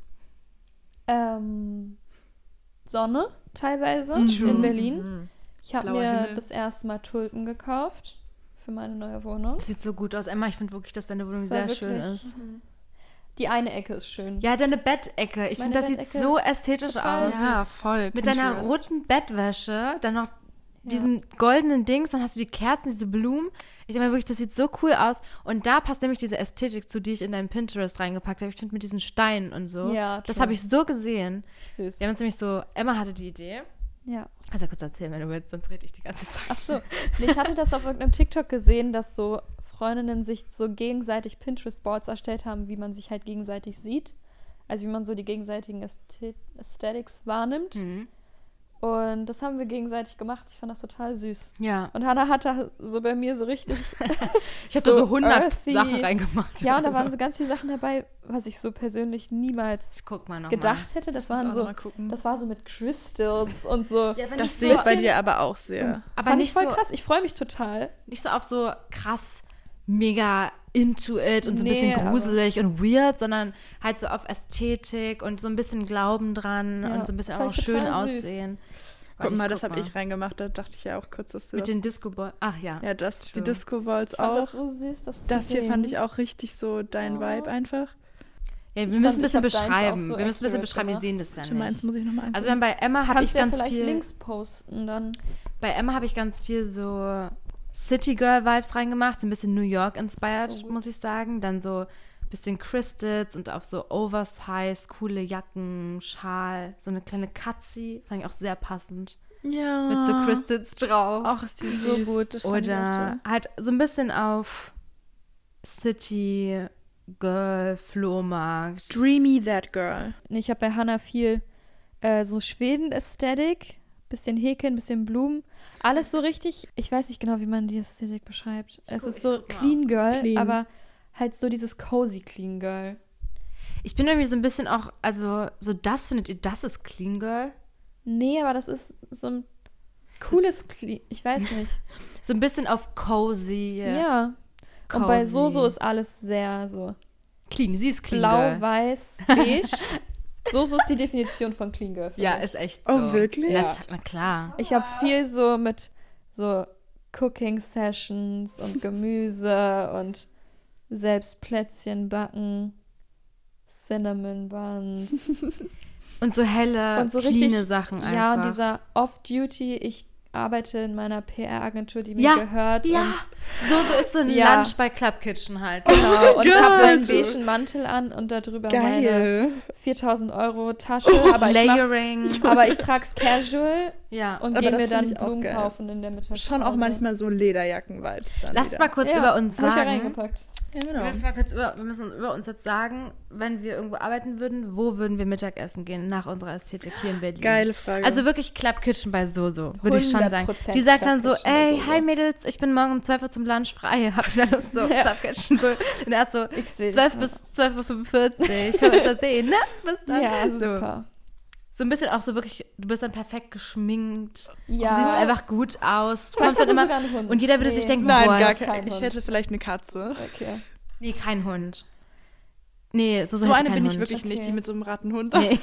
Sonne teilweise True. in Berlin. Mhm. Ich habe Blauer mir Himmel. das erste Mal Tulpen gekauft für meine neue Wohnung. Das sieht so gut aus. Emma, ich finde wirklich, dass deine Wohnung Das sehr war schön wirklich- ist. Die eine Ecke ist schön. Ja, deine Bettecke. Ich Meine finde, das sieht Bettecke so ist ästhetisch total aus. Ja, voll. Mit deiner Pinterest. roten Bettwäsche, dann noch Ja. diesen goldenen Dings, dann hast du die Kerzen, diese Blumen. Ich denke mir wirklich, das sieht so cool aus. Und da passt nämlich diese Ästhetik zu, die ich in deinem Pinterest reingepackt habe. Ich finde mit diesen Steinen und so. Ja, Das true. habe ich so gesehen. Süß. Wir haben uns nämlich so, Emma hatte die Idee. Ja. Kannst du ja kurz erzählen, wenn du willst, sonst rede ich die ganze Zeit. Ach so. Nee, ich hatte das auf irgendeinem TikTok gesehen, dass so Freundinnen sich so gegenseitig Pinterest-Boards erstellt haben, wie man sich halt gegenseitig sieht. Also wie man so die gegenseitigen Aesthetics wahrnimmt. Mhm. Und das haben wir gegenseitig gemacht. Ich fand das total süß. Ja. Und Hannah hat da so bei mir so richtig... Ich habe da so 100 earthy. Sachen reingemacht. Ja, und da Also, waren so ganz viele Sachen dabei, was ich so persönlich niemals ich guck mal noch gedacht hätte. Das Muss waren auch so... noch mal gucken. Das war so mit Crystals und so. Ja, aber Das nicht sehe so, ich bei dir aber auch sehr. aber Fand nicht ich voll so, krass. Ich freue mich total. nicht so auf so krass mega into it und so ein Nee, bisschen aber- gruselig und weird, sondern halt so auf Ästhetik und so ein bisschen Glauben dran Ja, und so ein bisschen auch fand noch ich schön total süß. aussehen. Guck Warte, mal, das guck habe ich reingemacht. Da dachte ich ja auch kurz, dass du Mit das... den Disco-Ball. Ach ja. Ja, das, die True. Disco-Balls Ich fand das auch. so süß. Das hier fand ich auch richtig so dein Oh. Vibe einfach. Ja, wir Ich müssen fand, ein bisschen ich hab deins beschreiben. auch so wir müssen ein bisschen accurate beschreiben, die gemacht. sehen das ja Für meins nicht. muss ich nochmal Also wenn bei Emma habe ich Kannst du ja ganz vielleicht viel. Links posten, dann... Bei Emma habe ich ganz viel so City Girl Vibes reingemacht, so ein bisschen New York inspired, So gut. muss ich sagen. Dann so ein bisschen Crystals und auch so oversized, coole Jacken, Schal, so eine kleine Katzi, fand ich auch sehr passend. Ja. Mit so Crystals drauf. Auch ist die So süß. gut. Das fand ich auch Oder toll. halt so ein bisschen auf City Girl Flohmarkt. Dreamy That Girl. Ich habe bei Hannah viel so Schweden-Ästhetik, bisschen Häkeln, bisschen Blumen. Alles so richtig, ich weiß nicht genau, wie man die Ästhetik beschreibt. Es ist so guck mal. Clean Girl, Clean. aber halt so dieses cozy Clean Girl. Ich bin irgendwie so ein bisschen auch, also so das, findet ihr, das ist Clean Girl? Nee, aber das ist so ein cooles Clean, ich weiß nicht. So ein bisschen auf cozy. Ja. Cozy. Und bei Soso ist alles sehr so Clean, sie ist Clean blau, Girl. weiß, beige. Soso ist die Definition von Clean Girl. finde Ja, ich. ist echt so. Oh, wirklich? Ja, Ja. na klar. Ich habe viel so mit so Cooking Sessions und Gemüse und selbst Plätzchen backen, Cinnamon Buns Und so helle, und so cleane richtig Sachen einfach. Ja, und dieser Off-Duty, ich arbeite in meiner PR-Agentur, die mir Ja, gehört ja. und So ist so ein Ja. Lunch bei Club Kitchen halt. genau, und ich habe Geil. einen beigen Mantel an und darüber meine 4.000 € Tasche, aber Layering. aber ich trage es casual Ja. Und Aber gehen das wir dann find ich auch Blumen geil. kaufen in der Mittagspause. Schon auch manchmal so Lederjacken-Vibes dann Lasst wieder. mal kurz Ja, über uns hab ich ja sagen. reingepackt. Ja, genau. Wir müssen über uns jetzt sagen, wenn wir irgendwo arbeiten würden, wo würden wir Mittagessen gehen nach unserer Ästhetik hier in Berlin? Geile Frage. Also wirklich Club Kitchen bei Soso, würde ich schon sagen. 100% Die sagt dann so, Club Kitchen bei ey, Soso. hi Mädels, ich bin morgen um 12 Uhr zum Lunch frei. Habt ihr da Lust? So, Ja. Club Kitchen. So. Und er hat so Ich seh 12 dich, bis 12:45 Uhr. Können wir uns da sehen, ne? Bis dann. Ja, so. super. So ein bisschen auch so wirklich, du bist dann perfekt geschminkt. Ja. Du siehst einfach gut aus. Du Vielleicht kommst dann hast du immer, sogar einen Hund. und jeder würde Nee. sich denken, Nein, boah, gar ist kein kein. Ich Hund. hätte vielleicht eine Katze. Okay. nee, kein Hund. Nee, so So hätte eine kein bin ich Hund. wirklich nicht, Okay. die mit so einem Rattenhund. Nee.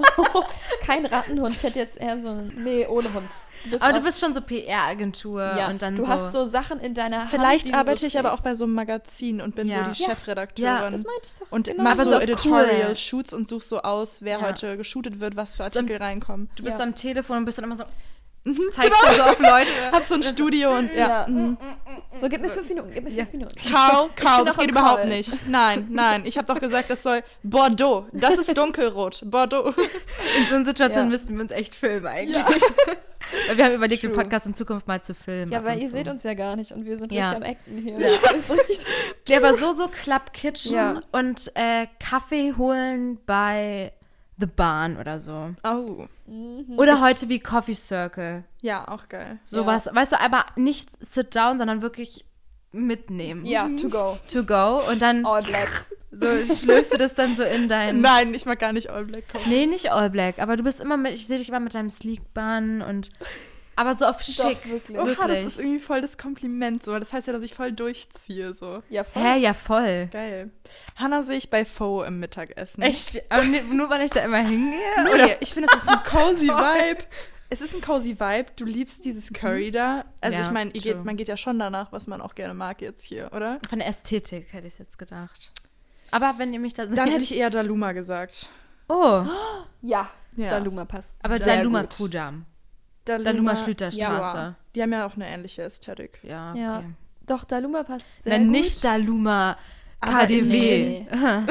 Kein Rattenhund. Ich hätte jetzt eher so einen... Nee, ohne Hund. Aber du auch- bist schon so PR-Agentur ja, und dann du so. hast so Sachen in deiner Hand, Vielleicht die du arbeite so ich aber auch trägst. bei so einem Magazin und bin Ja. so die Ja. Chefredakteurin. Ja, Das meinte ich doch. Und genau. mache Aber so so Editorial-Shoots und suche so aus, wer Ja. heute geshootet wird, was für Artikel reinkommen. Du bist Ja. am Telefon und bist dann immer so, zeigst dann so auf Leute. Hab so ein Studio und ja. Ja. So, gib mir 5 Minuten, gib mir 5 Minuten. Karl, bin das noch geht im überhaupt Call. nicht. Nein. Ich habe doch gesagt, das soll Bordeaux. Das ist dunkelrot. Bordeaux. In so einer Situation Ja. müssten wir uns echt filmen eigentlich. Weil wir haben überlegt, den True. Podcast in Zukunft mal zu filmen. Ja, ab weil und ihr zu. seht uns ja gar nicht und wir sind Ja. richtig am Acten hier. Das ist richtig. Ja, aber so Club Kitchen Ja. und Kaffee holen bei The Barn oder so. Oh. Oder heute wie Coffee Circle. Ja, auch geil. Sowas, weißt du, aber nicht sit down, sondern wirklich mitnehmen. Ja, to go. To go. Und dann All black. so schlürfst du das dann so in dein... Nein, ich mag gar nicht All Black Coffee. Nee, nicht all black, aber du bist immer mit, ich sehe dich immer mit deinem Sleek Bun und, aber so auf schick. Doch, wirklich. Oha, das Wirklich. ist irgendwie voll das Kompliment so. Das heißt ja, dass ich voll durchziehe so. Ja, voll. Hä, ja voll. Geil. Hannah sehe ich bei Pho im Mittagessen. Echt? Aber nur weil ich da immer hingehe? Nee, Oder? ich finde, es ist ein cozy Vibe. Es ist ein cozy Vibe. Du liebst dieses Curry da. Also Ja, ich meine, true. man geht ja schon danach, was man auch gerne mag jetzt hier, oder? Von der Ästhetik hätte ich jetzt gedacht. Aber wenn ihr mich da Dann hätte ich eher Daluma gesagt. Oh, Ja, Ja. Daluma passt. aber sehr Daluma gut. Kudam. Daluma Schlüterstraße. Ja. Die haben ja auch eine ähnliche Ästhetik. Ja, Ja. okay. Doch, Daluma passt sehr Nein, gut. nicht Daluma Aber KDW. Nee.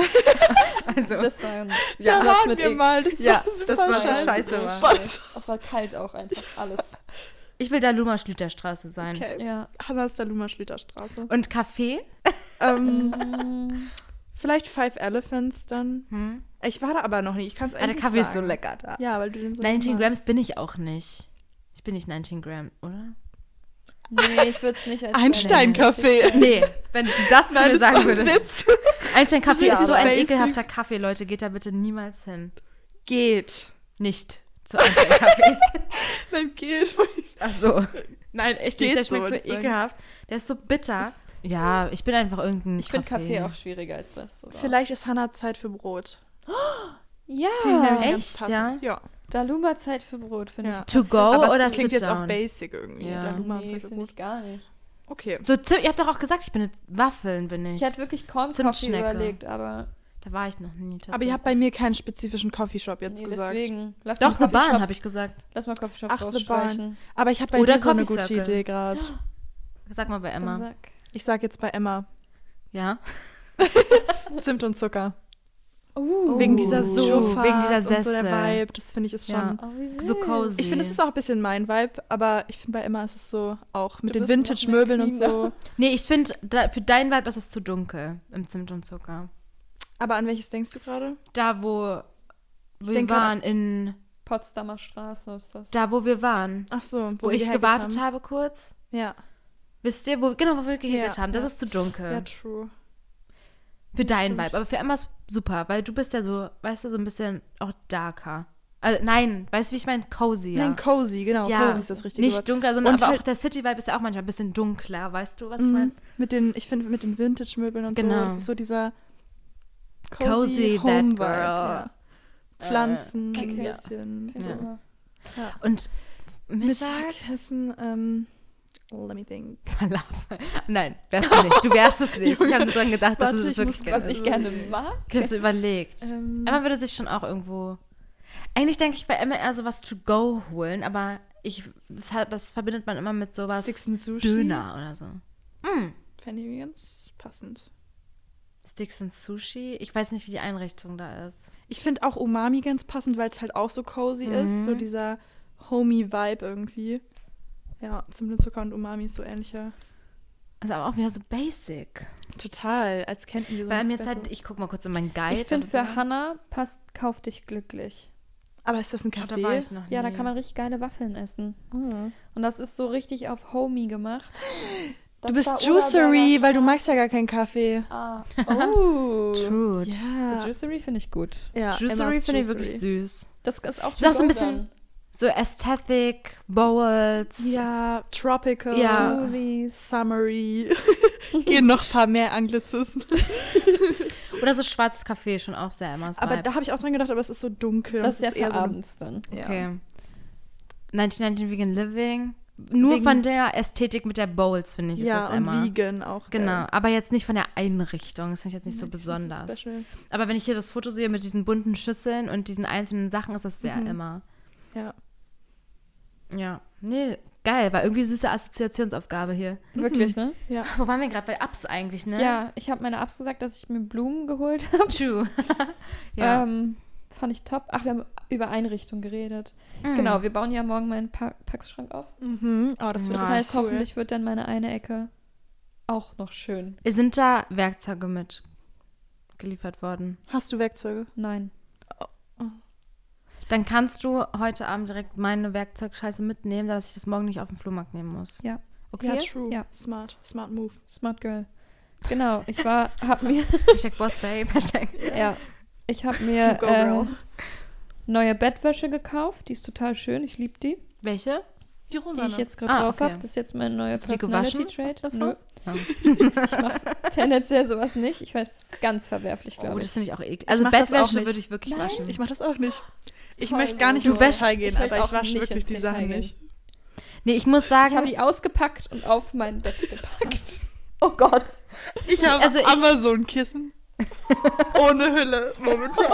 Also, Das war ein Da Satz waren mit wir X. mal. Das Ja, war das super war so scheiße. scheiße, war. Was? Das war kalt auch einfach, alles. ich will Daluma Schlüterstraße sein. Okay. Ja. Hannas Daluma Schlüterstraße. Und Kaffee? Vielleicht Five Elephants dann. Hm? Ich war da aber noch nie. Ich kann es Ah, der eigentlich Kaffee sagen. ist so lecker da. Ja, weil du den so 19 magst. Grams bin ich auch nicht. Ich bin nicht 19 Gramm, oder? Nee, ich würde es nicht als Einstein-Kaffee. Nee, wenn du das zu mir das sagen war ein würdest. Witz. Einstein-Kaffee Ja, ist so aber ein basic. ekelhafter Kaffee, Leute. Geht da bitte niemals hin. Geht. Nicht zu Einstein-Kaffee. Nein, geht. Ach so. Nein, echt Geht nicht. Der so, schmeckt würd so ich sagen. ekelhaft. Der ist so bitter. Ja, ich bin einfach irgendein Ich finde Kaffee auch schwieriger als was. Oder? Vielleicht ist Hannah Zeit für Brot. Ja, Finde ich nämlich echt, ganz passend. Ja. Daluma Zeit für Brot, finde Ja. ich. To go Aber oder es klingt sit jetzt auch down? basic irgendwie. Ja. Daluma Nee, Zeit für finde Brot. ich gar nicht. Okay. So, ihr habt doch auch gesagt, ich bin eine Waffeln, bin ich. Ich hatte wirklich Corn Coffee Zimtschnecke. überlegt, aber Da war ich noch nie. Aber ihr habt bei mir keinen spezifischen Coffeeshop jetzt nee, gesagt. deswegen. Lass Doch, mal The Barn, Coffeeshops- habe ich gesagt. Lass mal Coffeeshops Ach, The Barn. rausstreichen. Aber ich habe bei Oder dir so eine Coffee gute Circle. Idee gerade. Sag mal bei Dann Emma. sag. Ich sag jetzt bei Emma. Ja? Zimt und Zucker. Oh. Wegen dieser True, Sofas wegen dieser und so der Sessel. Vibe. Das finde ich ist schon... Ja. Oh, wie süß. So cozy. Ich finde, es ist auch ein bisschen mein Vibe, aber ich finde, bei Emma ist es so auch mit Du den bist noch Vintage-Möbeln mehr und so. Nee, ich finde, für dein Vibe ist es zu dunkel im Zimt und Zucker. Aber an welches denkst du gerade? Da, wo wir denk waren, in. Potsdamer Straße ist das. Da, wo wir waren. Ach so, Wo wir ich gehackt gewartet haben. habe kurz. Ja, Wisst ihr, wo wir gehegelt Ja, haben? Das ja. ist zu dunkel. ja, true. für deinen stimmt. Vibe. Aber für Emma ist super, weil du bist ja so, weißt du, so ein bisschen auch darker. Also, nein, weißt du, wie ich meine? Cozy, ja. Nein, cozy, genau. Ja, Cozy ist das richtige nicht Wort. dunkler, sondern Und aber halt- auch der City-Vibe ist ja auch manchmal ein bisschen dunkler, weißt du, was ich meine? Ich finde, mit den Vintage-Möbeln und Genau. so, das ist so dieser Cozy that Home-Vibe. girl. Ja. Pflanzen, okay. ein bisschen. Finde ich Ja. immer. Ja. Und Mittag? Mittagessen, let me think. Falafel. Nein, wärst du nicht. Du wärst es nicht. Ich habe nur dran gedacht, dass Warte, du das ich wirklich muss gerne Was ich gerne mag. Ich hab's überlegt. Emma würde sich schon auch irgendwo. Eigentlich denke ich bei Emma eher sowas to go holen, aber das verbindet man immer mit sowas Sticks and Sushi. Döner oder so. Fände ich ganz passend. Sticks and Sushi. Ich weiß nicht, wie die Einrichtung da ist. Ich finde auch Umami ganz passend, weil es halt auch so cozy ist. So dieser Homey-Vibe irgendwie. Ja, Zimtzucker und Umami ist so ähnlicher. Also aber auch wieder so basic. Total, als kennten wir so Weil mir nichts jetzt halt, Besseres. ich guck mal kurz in meinen Guide. Ich finde, oder so. für Hannah passt Kauf dich glücklich. Aber ist das ein Oh, Café? da war ich noch Ja, da nie. kann man richtig geile Waffeln essen. Oh. Und das ist so richtig auf Homey gemacht. Du Das bist war Juicery, Oderberger weil du magst ja gar keinen Kaffee. Ah. Oh. True. Ja. Juicery finde ich gut. Ja, Juicery Emmas finde ich Juicery. wirklich süß. Das ist auch Ist auch so ein to go bisschen- dann. So Aesthetic, Bowls. Ja, Tropical. Ja. Smoothies. Summery. Gehen noch ein paar mehr Anglizismen. Oder so schwarzes Kaffee, schon auch sehr Emmas Aber Vibe. da habe ich auch dran gedacht, aber es ist so dunkel. Das und ist ja für so eine- abends dann. Ja. Okay. 1919 Vegan Living. Nur Wegen- von der Ästhetik mit der Bowls, finde ich, ist Ja, das und Emma. vegan auch. Genau, aber jetzt nicht von der Einrichtung. Das finde ich jetzt nicht so Das ist so besonders. special. Aber wenn ich hier das Foto sehe mit diesen bunten Schüsseln und diesen einzelnen Sachen, ist das sehr Emma. Ja. Ja. Nee, geil, war irgendwie süße Assoziationsaufgabe hier. Wirklich, ne? Ja. Wo waren wir gerade? Bei Ups eigentlich, ne? Ja, ich habe meine Abs gesagt, dass ich mir Blumen geholt habe. True. ja. Fand ich top. Ach, wir haben über Einrichtung geredet. Mhm. Genau, wir bauen ja morgen meinen Packschrank auf. Mhm. Oh, das wird Das Ja, heißt, cool. hoffentlich wird dann meine eine Ecke auch noch schön. Sind da Werkzeuge mit geliefert worden? Hast du Werkzeuge? Nein. Dann kannst du heute Abend direkt meine Werkzeugscheiße mitnehmen, dass ich das morgen nicht auf den Flohmarkt nehmen muss. Ja. Okay? Ja, true. Ja. Smart. Smart move. Smart Girl. Genau, hab mir, Hashtag Boss Babe, Hashtag. ja, ich habe mir Go girl. neue Bettwäsche gekauft. Die ist total schön. Ich liebe die, Welche? Die die Rosane. ich jetzt gerade Ah, drauf okay. habe. Das ist jetzt mein neuer Hast du die gewaschen Personality Trade. davor? Nö, ich mache tendenziell sowas nicht. Ich weiß, das ist ganz verwerflich, Oh, glaube das ich. finde ich auch eklig. Also mach das auch Bettwäsche nicht. würde ich wirklich Nein. waschen. Ich mache das auch nicht. Ich Toll, möchte gar nicht so. ins Du wäschst- Detail gehen, ich möchte aber auch ich wasche nicht wirklich ins die Detail Sachen gehen. nicht. Nee, ich muss Ich habe sagen, die ausgepackt und auf mein Bett gepackt. Oh Gott. Ich habe Also ich- Amazon-Kissen. Ohne Hülle momentan.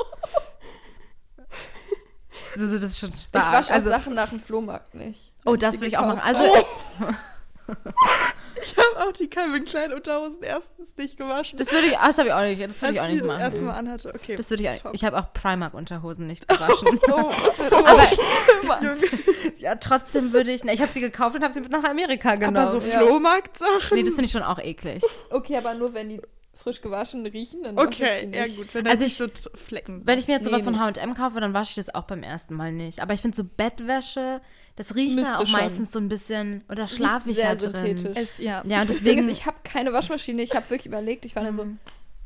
das ist schon Ich stark. wasche Also, Sachen nach dem Flohmarkt nicht. oh, Wenn das die würde ich auch machen. gekauft Also, Ich habe auch die Calvin Klein Unterhosen erstens nicht gewaschen. das würde ich, das habe ich auch nicht. Das würde ich auch als ich nicht das erste Mal machen. anhatte. Okay. Das würde ich auch top. nicht. Ich habe auch Primark-Unterhosen nicht gewaschen. Oh, das wird aber Aber Junge. ja, trotzdem würde ich. Ich habe sie gekauft und habe sie mit nach Amerika genommen. Aber so Ja. Flohmarkt-Sachen? Nee, das finde ich schon auch eklig. Okay, aber nur wenn die frisch gewaschen riechen, dann wasche ich Okay, die ja nicht. gut. Wenn Also das ich- nicht so Flecken. Wenn ich mir jetzt sowas Nee, von H&M kaufe, dann wasche ich das auch beim ersten Mal nicht. Aber ich finde so Bettwäsche, das riecht Müsste ja auch schon. meistens so ein bisschen, oder Es schlafe riecht ich da sehr drin. synthetisch. es, ja. Ja, und Deswegen deswegen, ist, ich habe keine Waschmaschine. Ich habe wirklich überlegt, ich war dann so,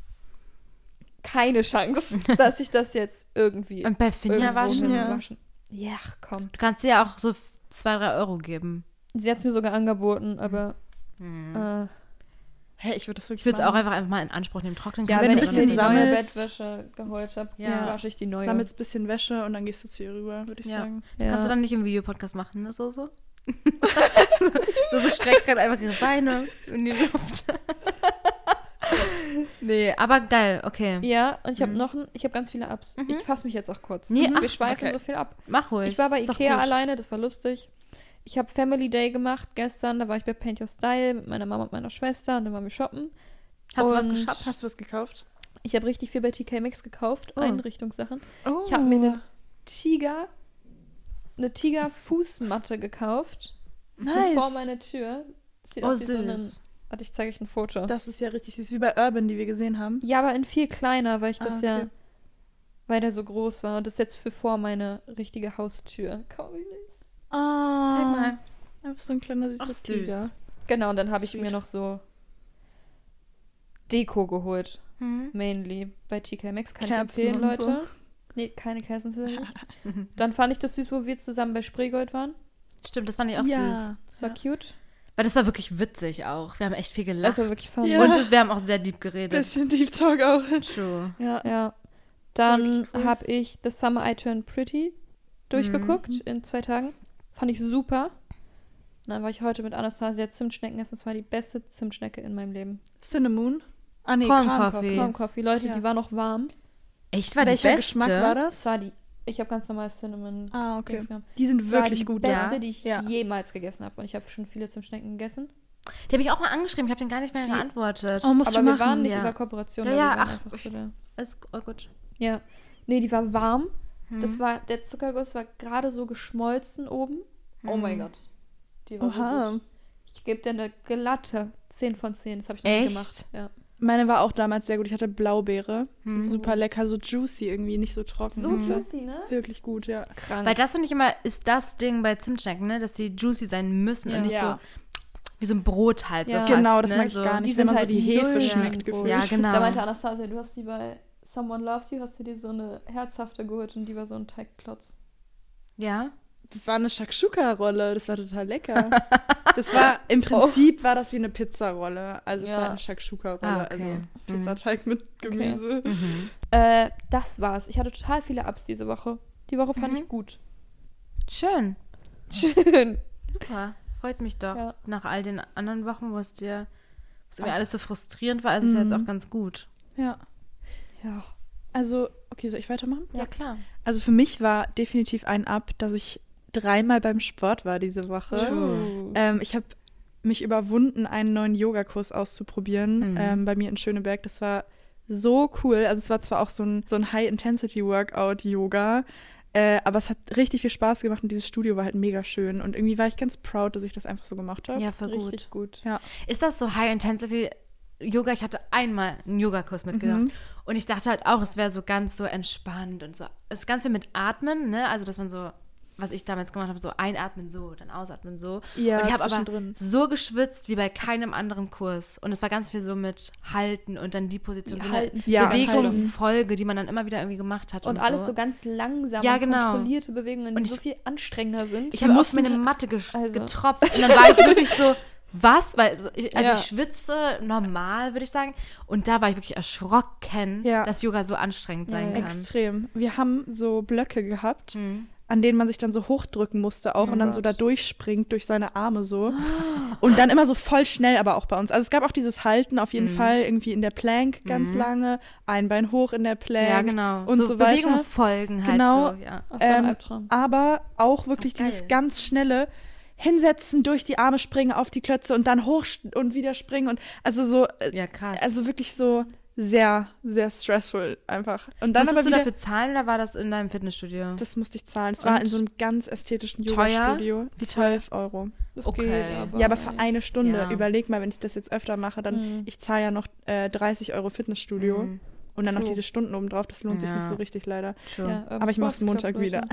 keine Chance, dass ich das jetzt irgendwie und bei Finja irgendwo waschen, hin Ja. waschen. Ja, komm. du kannst dir ja auch so 2-3 Euro geben. Sie hat es mir sogar angeboten, aber Hey, ich würde das wirklich Ich würde es auch machen. einfach mal in Anspruch nehmen. Trocknen ja, kannst wenn du ich auch mir die nicht. sammeln neue sammelst. Bettwäsche geholt habe, Ja. wasche ich die neue. Sammelst ein bisschen Wäsche und dann gehst du zu ihr rüber, würde ich Ja. sagen. Das kannst du Ja. dann nicht im Videopodcast machen, ne? So. so streckt gerade einfach ihre Beine in die Luft. Nee, aber geil, okay. Ja, und ich habe ich habe ganz viele Ups. Ich fasse mich jetzt auch kurz. Nee, Wir ach, schweifen okay. so viel ab. Mach ruhig. Ich war bei Ist doch Ikea gut. alleine, das war lustig. Ich habe Family Day gemacht gestern, da war ich bei Paint Your Style mit meiner Mama und meiner Schwester und dann waren wir shoppen. Hast du was Und geschafft? Hast du was gekauft? Ich habe richtig viel bei TK Maxx gekauft, Oh. Einrichtungssachen. Oh. Ich habe mir eine Tiger-Fußmatte gekauft. Nice. Vor meine Tür. Sieht Oh, aus wie so ein, süß. warte, ich zeige euch ein Foto. Das ist ja richtig süß, wie bei Urban, die wir gesehen haben. Ja, aber in viel kleiner, weil ich das okay. weil der so groß war. Und das ist jetzt für vor meine richtige Haustür. Komm, wie süß. Oh. Zeig mal. Einfach so ein kleiner süßer Ach, süß. Tiger. Genau, und dann habe ich Sweet. mir noch so Deko geholt. Mhm. Mainly bei TK Maxx. Kann Kerzen ich empfehlen, und Leute. Nee, keine Kerzen sind nicht. Dann fand ich das süß, wo wir zusammen bei Spreegold waren. Stimmt, das fand ich auch Ja. süß. Das war cute. Weil das war wirklich witzig auch. Wir haben echt viel Das gelacht. war wirklich fun. Ja. Und wir haben auch sehr deep geredet. Bisschen Deep Talk auch. True. Ja. Ja. Das war Dann wirklich cool. habe ich The Summer I Turned Pretty durchgeguckt in 2 Tagen. Fand ich super. Und dann war ich heute mit Anastasia Zimtschnecken essen. Das war die beste Zimtschnecke in meinem Leben. Cinnamon. Ah, nee, Corn Corn Coffee. Corn Coffee. Leute, Ja. die war noch warm. Echt, war Welcher die beste? Geschmack war das? Das war die. Ich habe ganz normal Cinnamon. Ah, okay. Dings gehabt. Die sind Das war wirklich die gut, beste, ja. die ich Ja. jemals gegessen habe. Und ich habe schon viele Zimtschnecken gegessen. Die habe ich auch mal angeschrieben. Ich habe den gar nicht mehr Die- geantwortet. Oh, musst Aber du wir machen. waren nicht ja. über Kooperation. Ja, weil ja, wir waren ach, einfach so da. Ist oh, gut. Ja. Nee, die war warm. Der Zuckerguss war gerade so geschmolzen oben. Oh mein Gott. Die war so gut. Ich gebe dir eine glatte 10 von 10. Das habe ich noch nie gemacht. Ja. Meine war auch damals sehr gut. Ich hatte Blaubeere. Super lecker, so juicy irgendwie, nicht so trocken. So juicy, ne? Wirklich gut, ja. Krank. Weil das finde ich immer, ist das Ding bei Zimtschnecken, ne? Dass die juicy sein müssen und nicht so wie so ein Brot halt. Ja. So Genau, fast, das ne? mag ich so. gar nicht. Die sind wenn man halt so die Hefe null schmeckt, Brot. gefühlt. Ja, genau. Da meinte Anastasia, du hast die bei Someone Loves You, hast du dir so eine herzhafte geholt und die war so ein Teigklotz. Ja? Das war eine Shakshuka-Rolle. Das war total lecker. Das war, im Prinzip war das wie eine Pizzarolle. Also es war eine Shakshuka-Rolle. Okay. Also Pizzateig mit Gemüse. Das war's. Ich hatte total viele Ups diese Woche. Die Woche fand ich gut. Schön. Schön. Super. Freut mich doch. Ja. Nach all den anderen Wochen, wo es mir alles so frustrierend war, ist es jetzt auch ganz gut. Ja. Ja. Also, okay, soll ich weitermachen? Ja, klar. Also für mich war definitiv ein Up, dass ich 3-mal beim Sport war diese Woche. Ich habe mich überwunden, einen neuen Yogakurs auszuprobieren bei mir in Schöneberg. Das war so cool. Also es war zwar auch so ein High-Intensity-Workout-Yoga, aber es hat richtig viel Spaß gemacht und dieses Studio war halt mega schön. Und irgendwie war ich ganz proud, dass ich das einfach so gemacht habe. Ja, voll Richtig gut. Ja. Ist das so High-Intensity-Yoga? Ich hatte einmal einen Yogakurs mitgenommen und ich dachte halt auch, es wäre so ganz so entspannt und so. Es ist ganz viel mit Atmen, ne? Also, dass man so, was ich damals gemacht habe, so einatmen so, dann ausatmen so. Ja, und ich habe aber zwischendrin. so geschwitzt wie bei keinem anderen Kurs. Und es war ganz viel so mit Halten und dann die Position, so eine Halten, Bewegungsfolge, die man dann immer wieder irgendwie gemacht hat. Und alles so ganz langsam, Ja, genau. kontrollierte Bewegungen, die Und so viel anstrengender sind. Ich habe auf meine Matte getropft und dann war ich wirklich so, was? Weil ich schwitze normal, würde ich sagen. Und da war ich wirklich erschrocken, dass Yoga so anstrengend sein kann. Extrem. Wir haben so Blöcke gehabt, an denen man sich dann so hochdrücken musste auch und dann so da durchspringt durch seine Arme so. Und dann immer so voll schnell aber auch bei uns. Also es gab auch dieses Halten auf jeden Fall irgendwie in der Plank ganz lange, ein Bein hoch in der Plank. Ja, genau. Und so weiter. Bewegungsfolgen halt Genau. so, ja. Das war ein Albtraum. Aber auch wirklich dieses ganz schnelle hinsetzen, durch die Arme springen auf die Klötze und dann hoch und wieder springen und also so. Ja, krass. Also wirklich so sehr, sehr stressful einfach. Und dann Musstest aber wieder, du dafür zahlen oder war das in deinem Fitnessstudio? das musste ich zahlen. Es war in so einem ganz ästhetischen Yoga-Studio. 12 €. Das Okay. geht, aber Ja, aber für eine Stunde. Ja. Überleg mal, wenn ich das jetzt öfter mache, dann ich zahle ja noch 30 € Fitnessstudio und dann noch diese Stunden obendrauf. Das lohnt sich nicht so richtig leider. True. Aber ich mache es Montag wieder.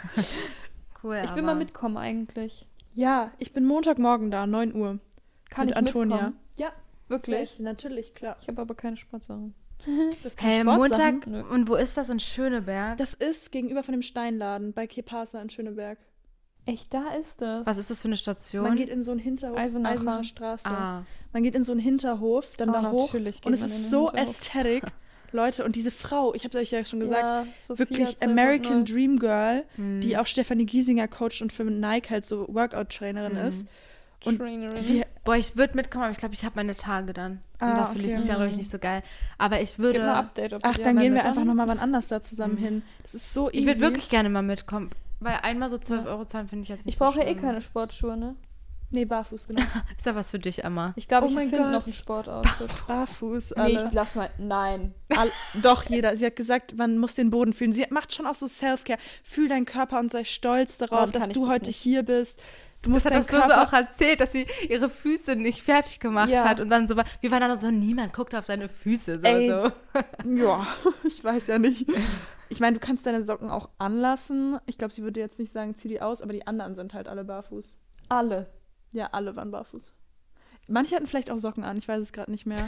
Cool, Ich will mal mitkommen eigentlich. Ja, ich bin Montagmorgen da, 9 Uhr. Kann mit ich Antonia. mitkommen? Ja, Wirklich? natürlich, klar. Ich habe aber keine Sportsachen. Das Hey, Sportsachen. Montag, und wo ist das? In Schöneberg? Das ist gegenüber von dem Steinladen bei Kepasa in Schöneberg. Echt, da ist das. Was ist das für eine Station? Man geht in so einen Hinterhof, Eisenacher. Eisenacher Straße. Ah. Man geht in so einen Hinterhof, dann da hoch natürlich geht und es man in ist den so Hinterhof. ästhetisch. Leute, und diese Frau, ich habe euch ja schon gesagt, Ja, Sophia wirklich 12.0. American Dream Girl, die auch Stefanie Giesinger coacht und für Nike halt so Workout-Trainerin ist. Und Trainerin. Boah, ich würde mitkommen, aber ich glaube, ich habe meine Tage dann. Und Ah, da fühle ich okay. mich dann, glaube ich, nicht so geil. Aber ich würde... Gib mal Update, ob du Ach, dir dann was gehen wir sagst. einfach nochmal wann anders da zusammen hin. Das ist so easy. Ich würde wirklich gerne mal mitkommen. Weil einmal so 12 € zahlen finde ich jetzt nicht Ich so brauche schlimm. keine Sportschuhe, ne? Nee, barfuß, genau. Ist ja was für dich, Emma. Ich glaube, Oh ich mein finde Gott. noch ein Sportoutfit. Barfuß, Nee, alle. ich lass mal. Nein. Doch, jeder. Sie hat gesagt, man muss den Boden fühlen. Sie macht schon auch so Self-Care. Fühl deinen Körper und sei stolz darauf, Warum dass kann ich du das heute nicht? hier bist. Du musst Das deinen hat das Körper... auch erzählt, dass sie ihre Füße nicht fertig gemacht Ja. hat. Und dann so, wir waren dann so, niemand guckt auf seine Füße. So, Ey. so. Ja, ich weiß ja nicht. Ich meine, du kannst deine Socken auch anlassen. Ich glaube, sie würde jetzt nicht sagen, zieh die aus, aber die anderen sind halt alle barfuß. Alle. Ja, alle waren barfuß. Manche hatten vielleicht auch Socken an, ich weiß es gerade nicht mehr.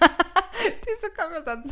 Diese Konversation.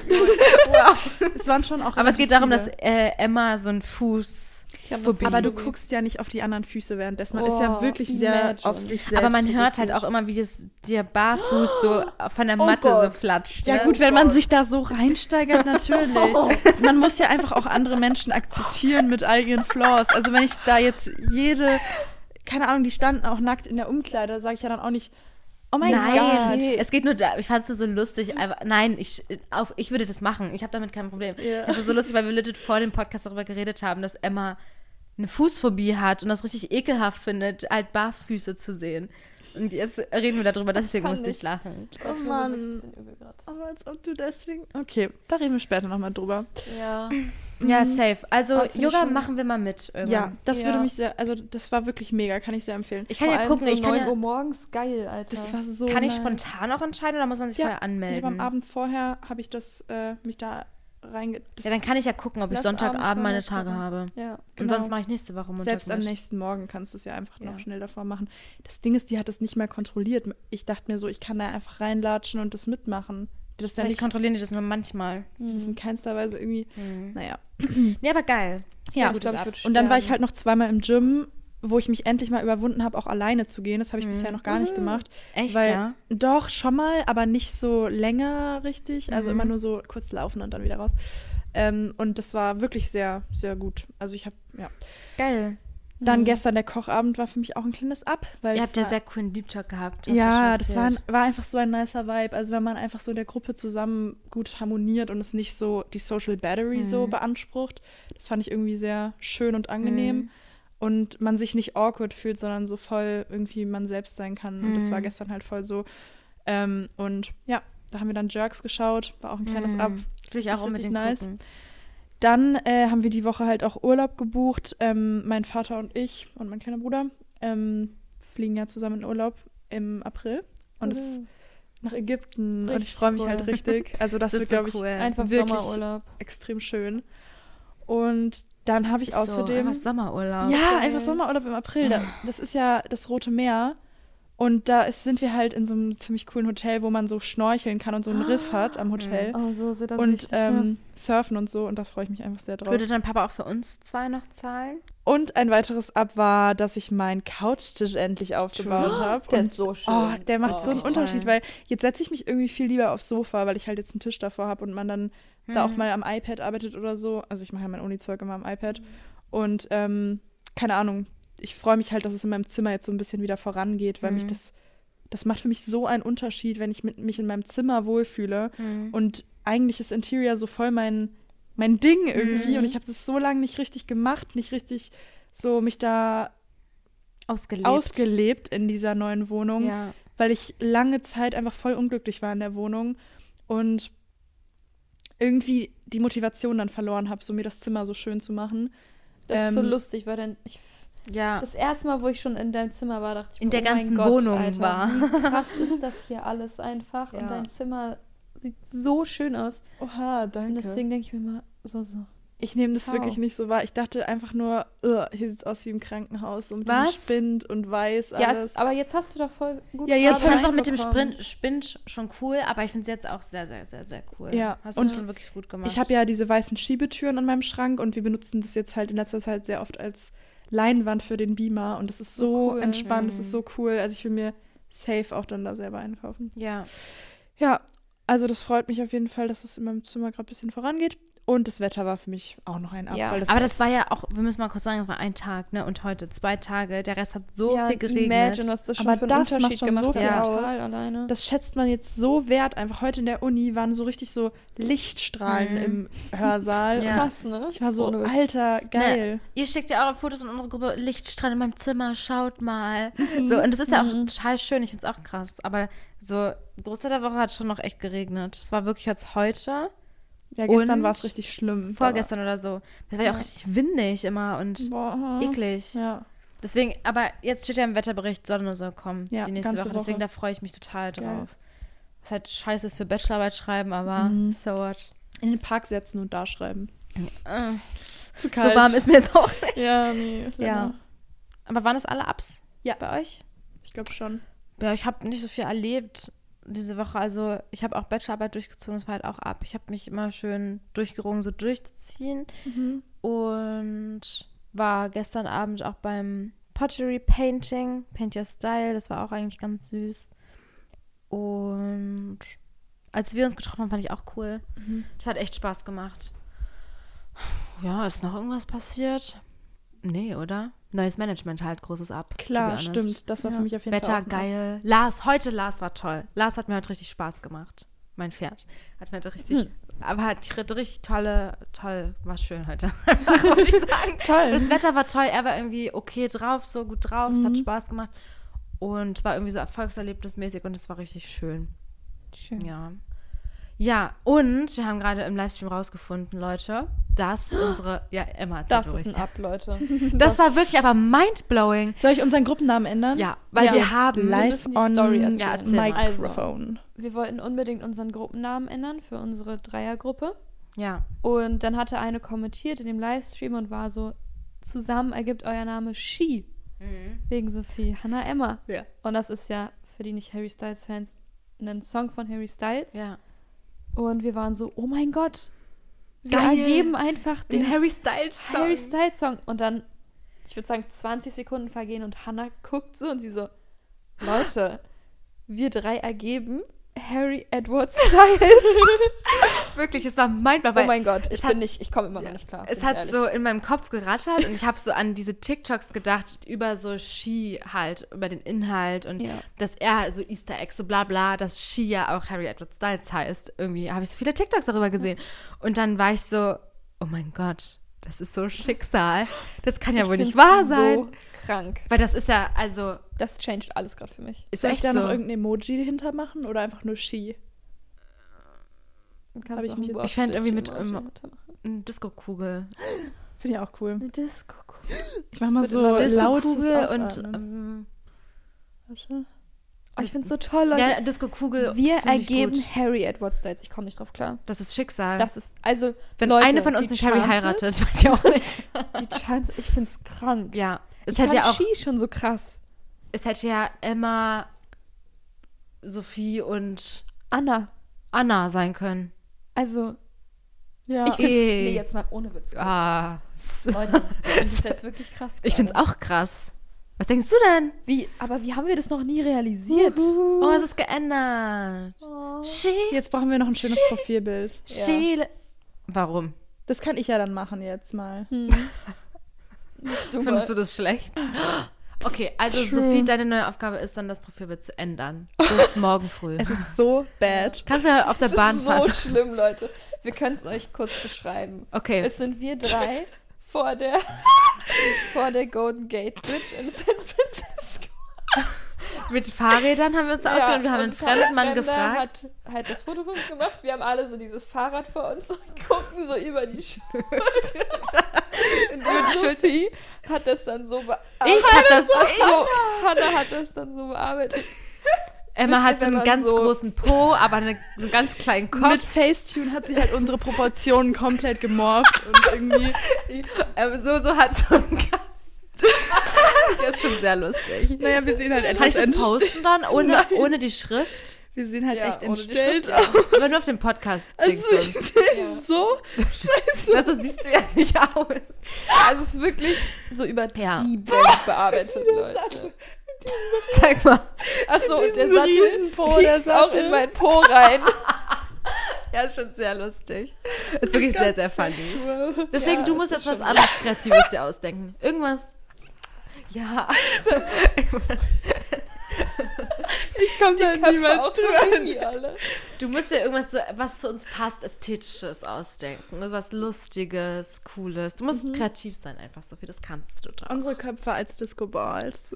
Es waren schon auch Aber es geht darum, dass viele. Emma so einen Fuß... Ich hab Phobie. Aber du guckst ja nicht auf die anderen Füße währenddessen. Man ist ja Oh, wirklich sehr imagine. auf sich selbst Aber man hört fokussiert. halt auch immer, wie es dir barfuß so von der Oh Matte so Gott. flatscht. Ja ne? gut, wenn man sich da so reinsteigert, natürlich. Man muss ja einfach auch andere Menschen akzeptieren mit all ihren Flaws. Also wenn ich da jetzt keine Ahnung, die standen auch nackt in der Umkleide, sage ich ja dann auch nicht, oh mein Nein, Gott. es geht nur da, ich fand es so lustig, einfach, nein, ich würde das machen, ich habe damit kein Problem. Ja. Es ist so lustig, weil wir legit vor dem Podcast darüber geredet haben, dass Emma eine Fußphobie hat und das richtig ekelhaft findet, halt Barfüße zu sehen. Und jetzt reden wir darüber, deswegen kann musste ich nicht. lachen. Oh Mann. Aber als ob du deswegen... Okay, da reden wir später nochmal drüber. Ja. Ja, safe. Also Aber das finde ich Yoga schon- machen wir mal mit irgendwann. Ja, das Ja. würde mich sehr, also das war wirklich mega, kann ich sehr empfehlen. Ich kann Vor ja allem gucken, so ich kann 9 ja, Uhr morgens, geil, Alter. Das war so kann ich nice. spontan auch entscheiden oder muss man sich vorher Ich habe anmelden? am Abend vorher, habe ich das, mich da Ja, dann kann ich ja gucken, ob ich Lass Sonntagabend Abend meine vorher Tage gucken. habe. Ja. Und Genau. sonst mache ich nächste Woche Montag Selbst am mit. nächsten Morgen kannst du es ja einfach noch Ja. schnell davor machen. Das Ding ist, die hat das nicht mal kontrolliert. Ich dachte mir so, ich kann da einfach reinlatschen und das mitmachen. Das ist ja Vielleicht nicht, kontrollieren die das nur manchmal. das ist in keinster Weise irgendwie, Mhm. naja. Nee, aber geil. Ja, ich glaube, ich würde und dann war ich halt noch zweimal im Gym, wo ich mich endlich mal überwunden habe, auch alleine zu gehen. Das habe ich bisher noch gar nicht gemacht. Echt, Weil, ja? Doch, schon mal, aber nicht so länger richtig. Also immer nur so kurz laufen und dann wieder raus. Und das war wirklich sehr, sehr gut. Also ich habe, ja. Geil. Dann gestern der Kochabend war für mich auch ein kleines Up. Weil Ihr es habt ja war, sehr coolen Deep Talk gehabt. hast ja, du das schon erzählt. war einfach so ein nicer Vibe. Also wenn man einfach so in der Gruppe zusammen gut harmoniert und es nicht so die Social Battery so beansprucht. Das fand ich irgendwie sehr schön und angenehm. Und man sich nicht awkward fühlt, sondern so voll irgendwie man selbst sein kann. Und das war gestern halt voll so. Und ja, da haben wir dann Jerks geschaut. War auch ein kleines Up. Will ich auch Richtig unbedingt nice. gucken. Dann haben wir die Woche halt auch Urlaub gebucht. Mein Vater und ich und mein kleiner Bruder fliegen ja zusammen in Urlaub im April. Und es nach Ägypten. Und ich Richtig freue mich cool. halt richtig. Also das wird, glaube ich, Einfach wirklich Sommerurlaub. extrem schön. Und dann habe ich außerdem... einfach Sommerurlaub. Ja, einfach Sommerurlaub im April. Das ist ja das Rote Meer. Und da sind wir halt in so einem ziemlich coolen Hotel, wo man so schnorcheln kann und so einen Riff hat am Hotel. Oh, so sieht das Und richtig, ja. surfen und so. Und da freue ich mich einfach sehr drauf. Würde dein Papa auch für uns 2 noch zahlen? Und ein weiteres Up war, dass ich meinen Couchtisch endlich aufgebaut habe. Der Und, ist so schön. Oh, der macht so einen wirklich Unterschied, toll. weil jetzt setze ich mich irgendwie viel lieber aufs Sofa, weil ich halt jetzt einen Tisch davor habe und man dann da auch mal am iPad arbeitet oder so. Also ich mache ja mein Uni-Zeug immer am iPad. Und keine Ahnung, ich freue mich halt, dass es in meinem Zimmer jetzt so ein bisschen wieder vorangeht, weil mich das macht für mich so einen Unterschied, wenn ich mich in meinem Zimmer wohlfühle. Und eigentlich ist Interior so voll mein Ding irgendwie. Und ich habe das so lange nicht richtig gemacht, nicht richtig so mich da ausgelebt in dieser neuen Wohnung, Ja. weil ich lange Zeit einfach voll unglücklich war in der Wohnung und irgendwie die Motivation dann verloren habe, so mir das Zimmer so schön zu machen. Das ist so lustig, weil dann Ja. das erste Mal, wo ich schon in deinem Zimmer war, dachte ich In mir, der oh mein ganzen Gott, Wohnung Alter, war. Wie krass ist das hier alles einfach. Ja. Und dein Zimmer sieht so schön aus. Oha, Und danke. deswegen denke ich mir immer so. Ich nehme das Wow. wirklich nicht so wahr. Ich dachte einfach nur, hier sieht es aus wie im Krankenhaus und Was? Spind und weiß Ja, alles. aber jetzt hast du doch voll gut Ja, jetzt Ich fand es auch mit dem reinbekommen. Spind schon cool, aber ich finde es jetzt auch sehr, sehr, sehr, sehr cool. Ja, Hast du und schon wirklich gut gemacht. Ich habe ja diese weißen Schiebetüren an meinem Schrank und wir benutzen das jetzt halt in letzter Zeit sehr oft als Leinwand für den Beamer und das ist so cool. entspannt, das ist so cool. Also ich will mir safe auch dann da selber einkaufen. Ja. Ja, also das freut mich auf jeden Fall, dass es in meinem Zimmer gerade ein bisschen vorangeht. Und das Wetter war für mich auch noch ein Up. Ja. Weil Aber das war ja auch, wir müssen mal kurz sagen, das war ein Tag, ne? Und heute 2 Tage. Der Rest hat so Ja, viel geregnet. Imagine, was das schon Aber für einen das macht Unterschied schon gemacht so hat. viel Total aus. alleine. das schätzt man jetzt so wert. Einfach heute in der Uni waren so richtig so Lichtstrahlen im Hörsaal. Ja. Krass, ne? Ich war so, Ohne Witz. Alter, geil. Ne, ihr schickt ja eure Fotos in unsere Gruppe, Lichtstrahl in meinem Zimmer, schaut mal. So, und das ist ja auch total schön, ich finde es auch krass. Aber so, Großteil der Woche hat schon noch echt geregnet. Es war wirklich jetzt heute, Ja, gestern Und war es richtig schlimm. vorgestern oder so. Es war ja auch richtig windig immer und Boah. eklig. Ja. Deswegen, aber jetzt steht ja im Wetterbericht, Sonne soll kommen, Ja, die nächste ganze Woche. Deswegen, Woche. da freue ich mich total Geil. drauf. Was halt scheiße ist für Bachelorarbeit schreiben, aber so what. In den Park setzen und da schreiben. Zu So warm ist mir jetzt auch nicht. Ja, nee. Ja. Aber waren das alle Ups Ja. bei euch? Ich glaube schon. Ja, ich habe nicht so viel erlebt diese Woche. Also ich habe auch Bachelorarbeit durchgezogen, das war halt auch ab. Ich habe mich immer schön durchgerungen, so durchzuziehen. Und war gestern Abend auch beim Pottery Painting, Paint Your Style. Das war auch eigentlich ganz süß. Und als wir uns getroffen haben, fand ich auch cool. Das hat echt Spaß gemacht. Ja, ist noch irgendwas passiert? Nee, oder? Neues Management halt, großes Ab. Klar, to be honest. stimmt. Das war für mich auf jeden Wetter Fall auch ein geil. Lars war toll. Lars hat mir heute richtig Spaß gemacht. Mein Pferd. Hat mir heute richtig, aber hat richtig toll, war schön heute. Muss ich sagen. Toll. Das Wetter war toll, er war irgendwie okay drauf, so gut drauf, es hat Spaß gemacht. Und es war irgendwie so erfolgserlebnismäßig und es war richtig schön. Schön. Ja. Ja, und wir haben gerade im Livestream rausgefunden, Leute, dass unsere, ja, Emma erzählt Das ruhig. ist ein Up, Leute. Das war wirklich aber mindblowing. Soll ich unseren Gruppennamen ändern? Ja, weil wir haben Wir live müssen die on Story erzählen. Ja, erzähl mal. Microphone. Wir wollten unbedingt unseren Gruppennamen ändern für unsere Dreiergruppe. Ja. Und dann hatte eine kommentiert in dem Livestream und war so, zusammen ergibt euer Name She. Wegen Sophie, Hannah, Emma. Ja. Und das ist ja, für die nicht Harry Styles-Fans, ein Song von Harry Styles. Ja. Und wir waren so, oh mein Gott, wir Geil. ergeben einfach den Harry Styles Harry Styles-Song. Und dann, ich würde sagen, 20 Sekunden vergehen und Hannah guckt so und sie so, Leute, wir drei ergeben Harry Edward Styles. Wirklich, es war mindblowing. Oh mein Gott, es ich komme immer noch nicht klar. Es bin ich hat ehrlich. so in meinem Kopf gerattert und ich habe so an diese TikToks gedacht, über so She halt, über den Inhalt und Ja. dass er so Easter Eggs, so bla bla, dass She ja auch Harry Edward Styles heißt. Irgendwie habe ich so viele TikToks darüber gesehen. Und dann war ich so, oh mein Gott, das ist so Schicksal. Das kann ja Ich wohl nicht find's wahr sein. so krank. Weil das ist ja, also, Das changed alles gerade für mich. ist Soll ich echt da noch so. irgendein Emoji hinter machen oder einfach nur She? Kannst Hab ich auch mich ein jetzt- Ich fänd irgendwie mit Emoji immer- hintermachen. Eine Disco-Kugel. Finde ich auch cool. Eine Disco-Kugel. Ich mach Das mal wird so immer lautes Disco-Kugel und Aufatmen. Warte. Oh, ich finde es so toll, Leute. ja, Disco-Kugel. Wir find ich ergeben gut. Harry Edward Styles. Ich komme nicht drauf klar. Das ist Schicksal. Das ist, also, Wenn Leute, eine von uns die nicht Harry Chances- heiratet, weiß ich auch nicht. Die Chance, ich finde es krank. Ja, es Ich hätte fand ja auch, She schon so krass. es hätte ja Emma, Sophie und Anna. Anna sein können. Also, Ja. ich finde es, Eh. nee, jetzt mal ohne Witz. Ah, Leute, ich finde es jetzt wirklich krass. ich finde es gerade. auch krass. Was denkst du denn? Aber wie haben wir das noch nie realisiert? Oh, es ist geändert. Oh. She, Jetzt brauchen wir noch ein schönes Profilbild. she. Warum? Das kann ich ja dann machen jetzt mal. Findest du das schlecht? Okay, also True. Sophie, deine neue Aufgabe ist dann, das Profilbild zu ändern. Bis morgen früh. Es ist so bad. Kannst du ja auf der Das Bahn ist so fahren. schlimm, Leute. Wir können es euch kurz beschreiben. Okay. Es sind wir drei vor der Golden Gate Bridge in San Francisco. Mit Fahrrädern haben wir uns ausgenommen. Wir haben und einen Fremdmann Fremder gefragt. hat halt das Foto von uns gemacht. Wir haben alle so dieses Fahrrad vor uns und gucken so über die Schulter. Und Sophie hat das dann so bearbeitet. Hannah hat das dann so bearbeitet. Emma Wisst ihr, hat so wenn einen man ganz so- großen Po, aber so einen ganz kleinen Kopf. Mit Facetune hat sie halt unsere Proportionen komplett gemorpht und irgendwie. So hat so ein Der ist schon sehr lustig. Naja, wir sehen halt Kann ich etwas das posten dann, ohne die Schrift? Wir sehen halt Ja, echt ohne die entstellt Schrift, aus. Aber nur auf dem Podcast. Also ich sehe Ja. so scheiße. Also siehst du ja nicht aus. Also es ist wirklich so übertrieben bearbeitet, Leute. Zeig mal. Achso, und der Diesen Sattel Riesenpo der piekst auch Sattel. in mein Po rein. Ja, ist schon sehr lustig. Ist wirklich sehr, sehr funny. Deswegen, Ja, du das musst ist jetzt was schon- anderes Kreatives dir ausdenken. Irgendwas. Ja. Ich komme da Köpfe niemals auch so dran. mini alle. Du musst dir irgendwas, so, was zu uns passt, Ästhetisches ausdenken. Also was Lustiges, Cooles. Du musst kreativ sein einfach, Sophie. Das kannst du doch. Unsere Köpfe als Disco-Balls.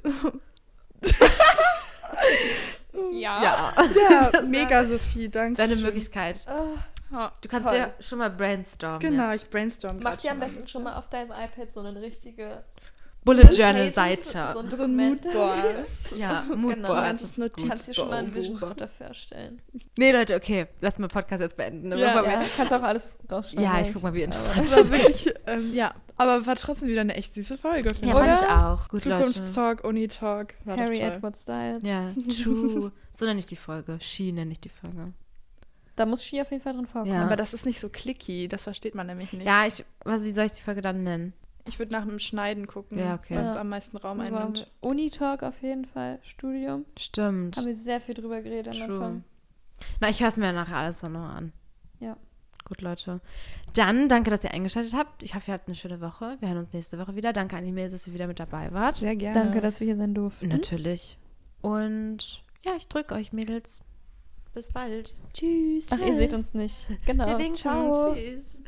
Ja. Ja. Ja, Das mega, Sophie, danke. Deine Möglichkeit. Ja, Du kannst Toll. ja schon mal brainstormen. genau, jetzt. ich brainstorm Mach grad dir am schon. besten schon mal auf deinem iPad so eine richtige Bullet Journal Pages, Seite. So ein So ein Dokument. Moodboard. Ja, Genau, Moodboard. manches Du Notiz- kannst dir schon mal ein Buch. Vision Board dafür erstellen. Nee, Leute, okay. Lass mal Podcast jetzt beenden. Ne? Ja, Bevor Ja, wir- du kannst auch alles rausschneiden. ja, ich guck mal, wie interessant. Das war wirklich, ja, aber war trotzdem wieder eine echt süße Folge. finde Ja, ich. fand ich Oder? auch. Gut, Leute. Zukunftstalk, Uni-Talk. War Harry doch toll. Edward Styles. Ja, true. So nenne ich die Folge. She nenne ich die Folge. Da muss Ski auf jeden Fall drin vorkommen. Ja. Aber das ist nicht so clicky, das versteht man nämlich nicht. Ja, wie soll ich die Folge dann nennen? Ich würde nach dem Schneiden gucken, Ja, okay. was Ja. am meisten Raum Aber einnimmt. Uni-Talk auf jeden Fall. Studium. Stimmt. Haben wir sehr viel drüber geredet am True. Anfang. Na, ich höre es mir nachher alles dann noch an. Ja. Gut, Leute. Dann danke, dass ihr eingeschaltet habt. Ich hoffe, ihr habt eine schöne Woche. Wir hören uns nächste Woche wieder. Danke an die Mädels, dass ihr wieder mit dabei wart. Sehr gerne. Danke, dass wir hier sein durften. Natürlich. Und ja, ich drücke euch, Mädels. Bis bald. Tschüss. Ach, ihr seht uns nicht. Genau. Wir winken. Ciao. Tschüss.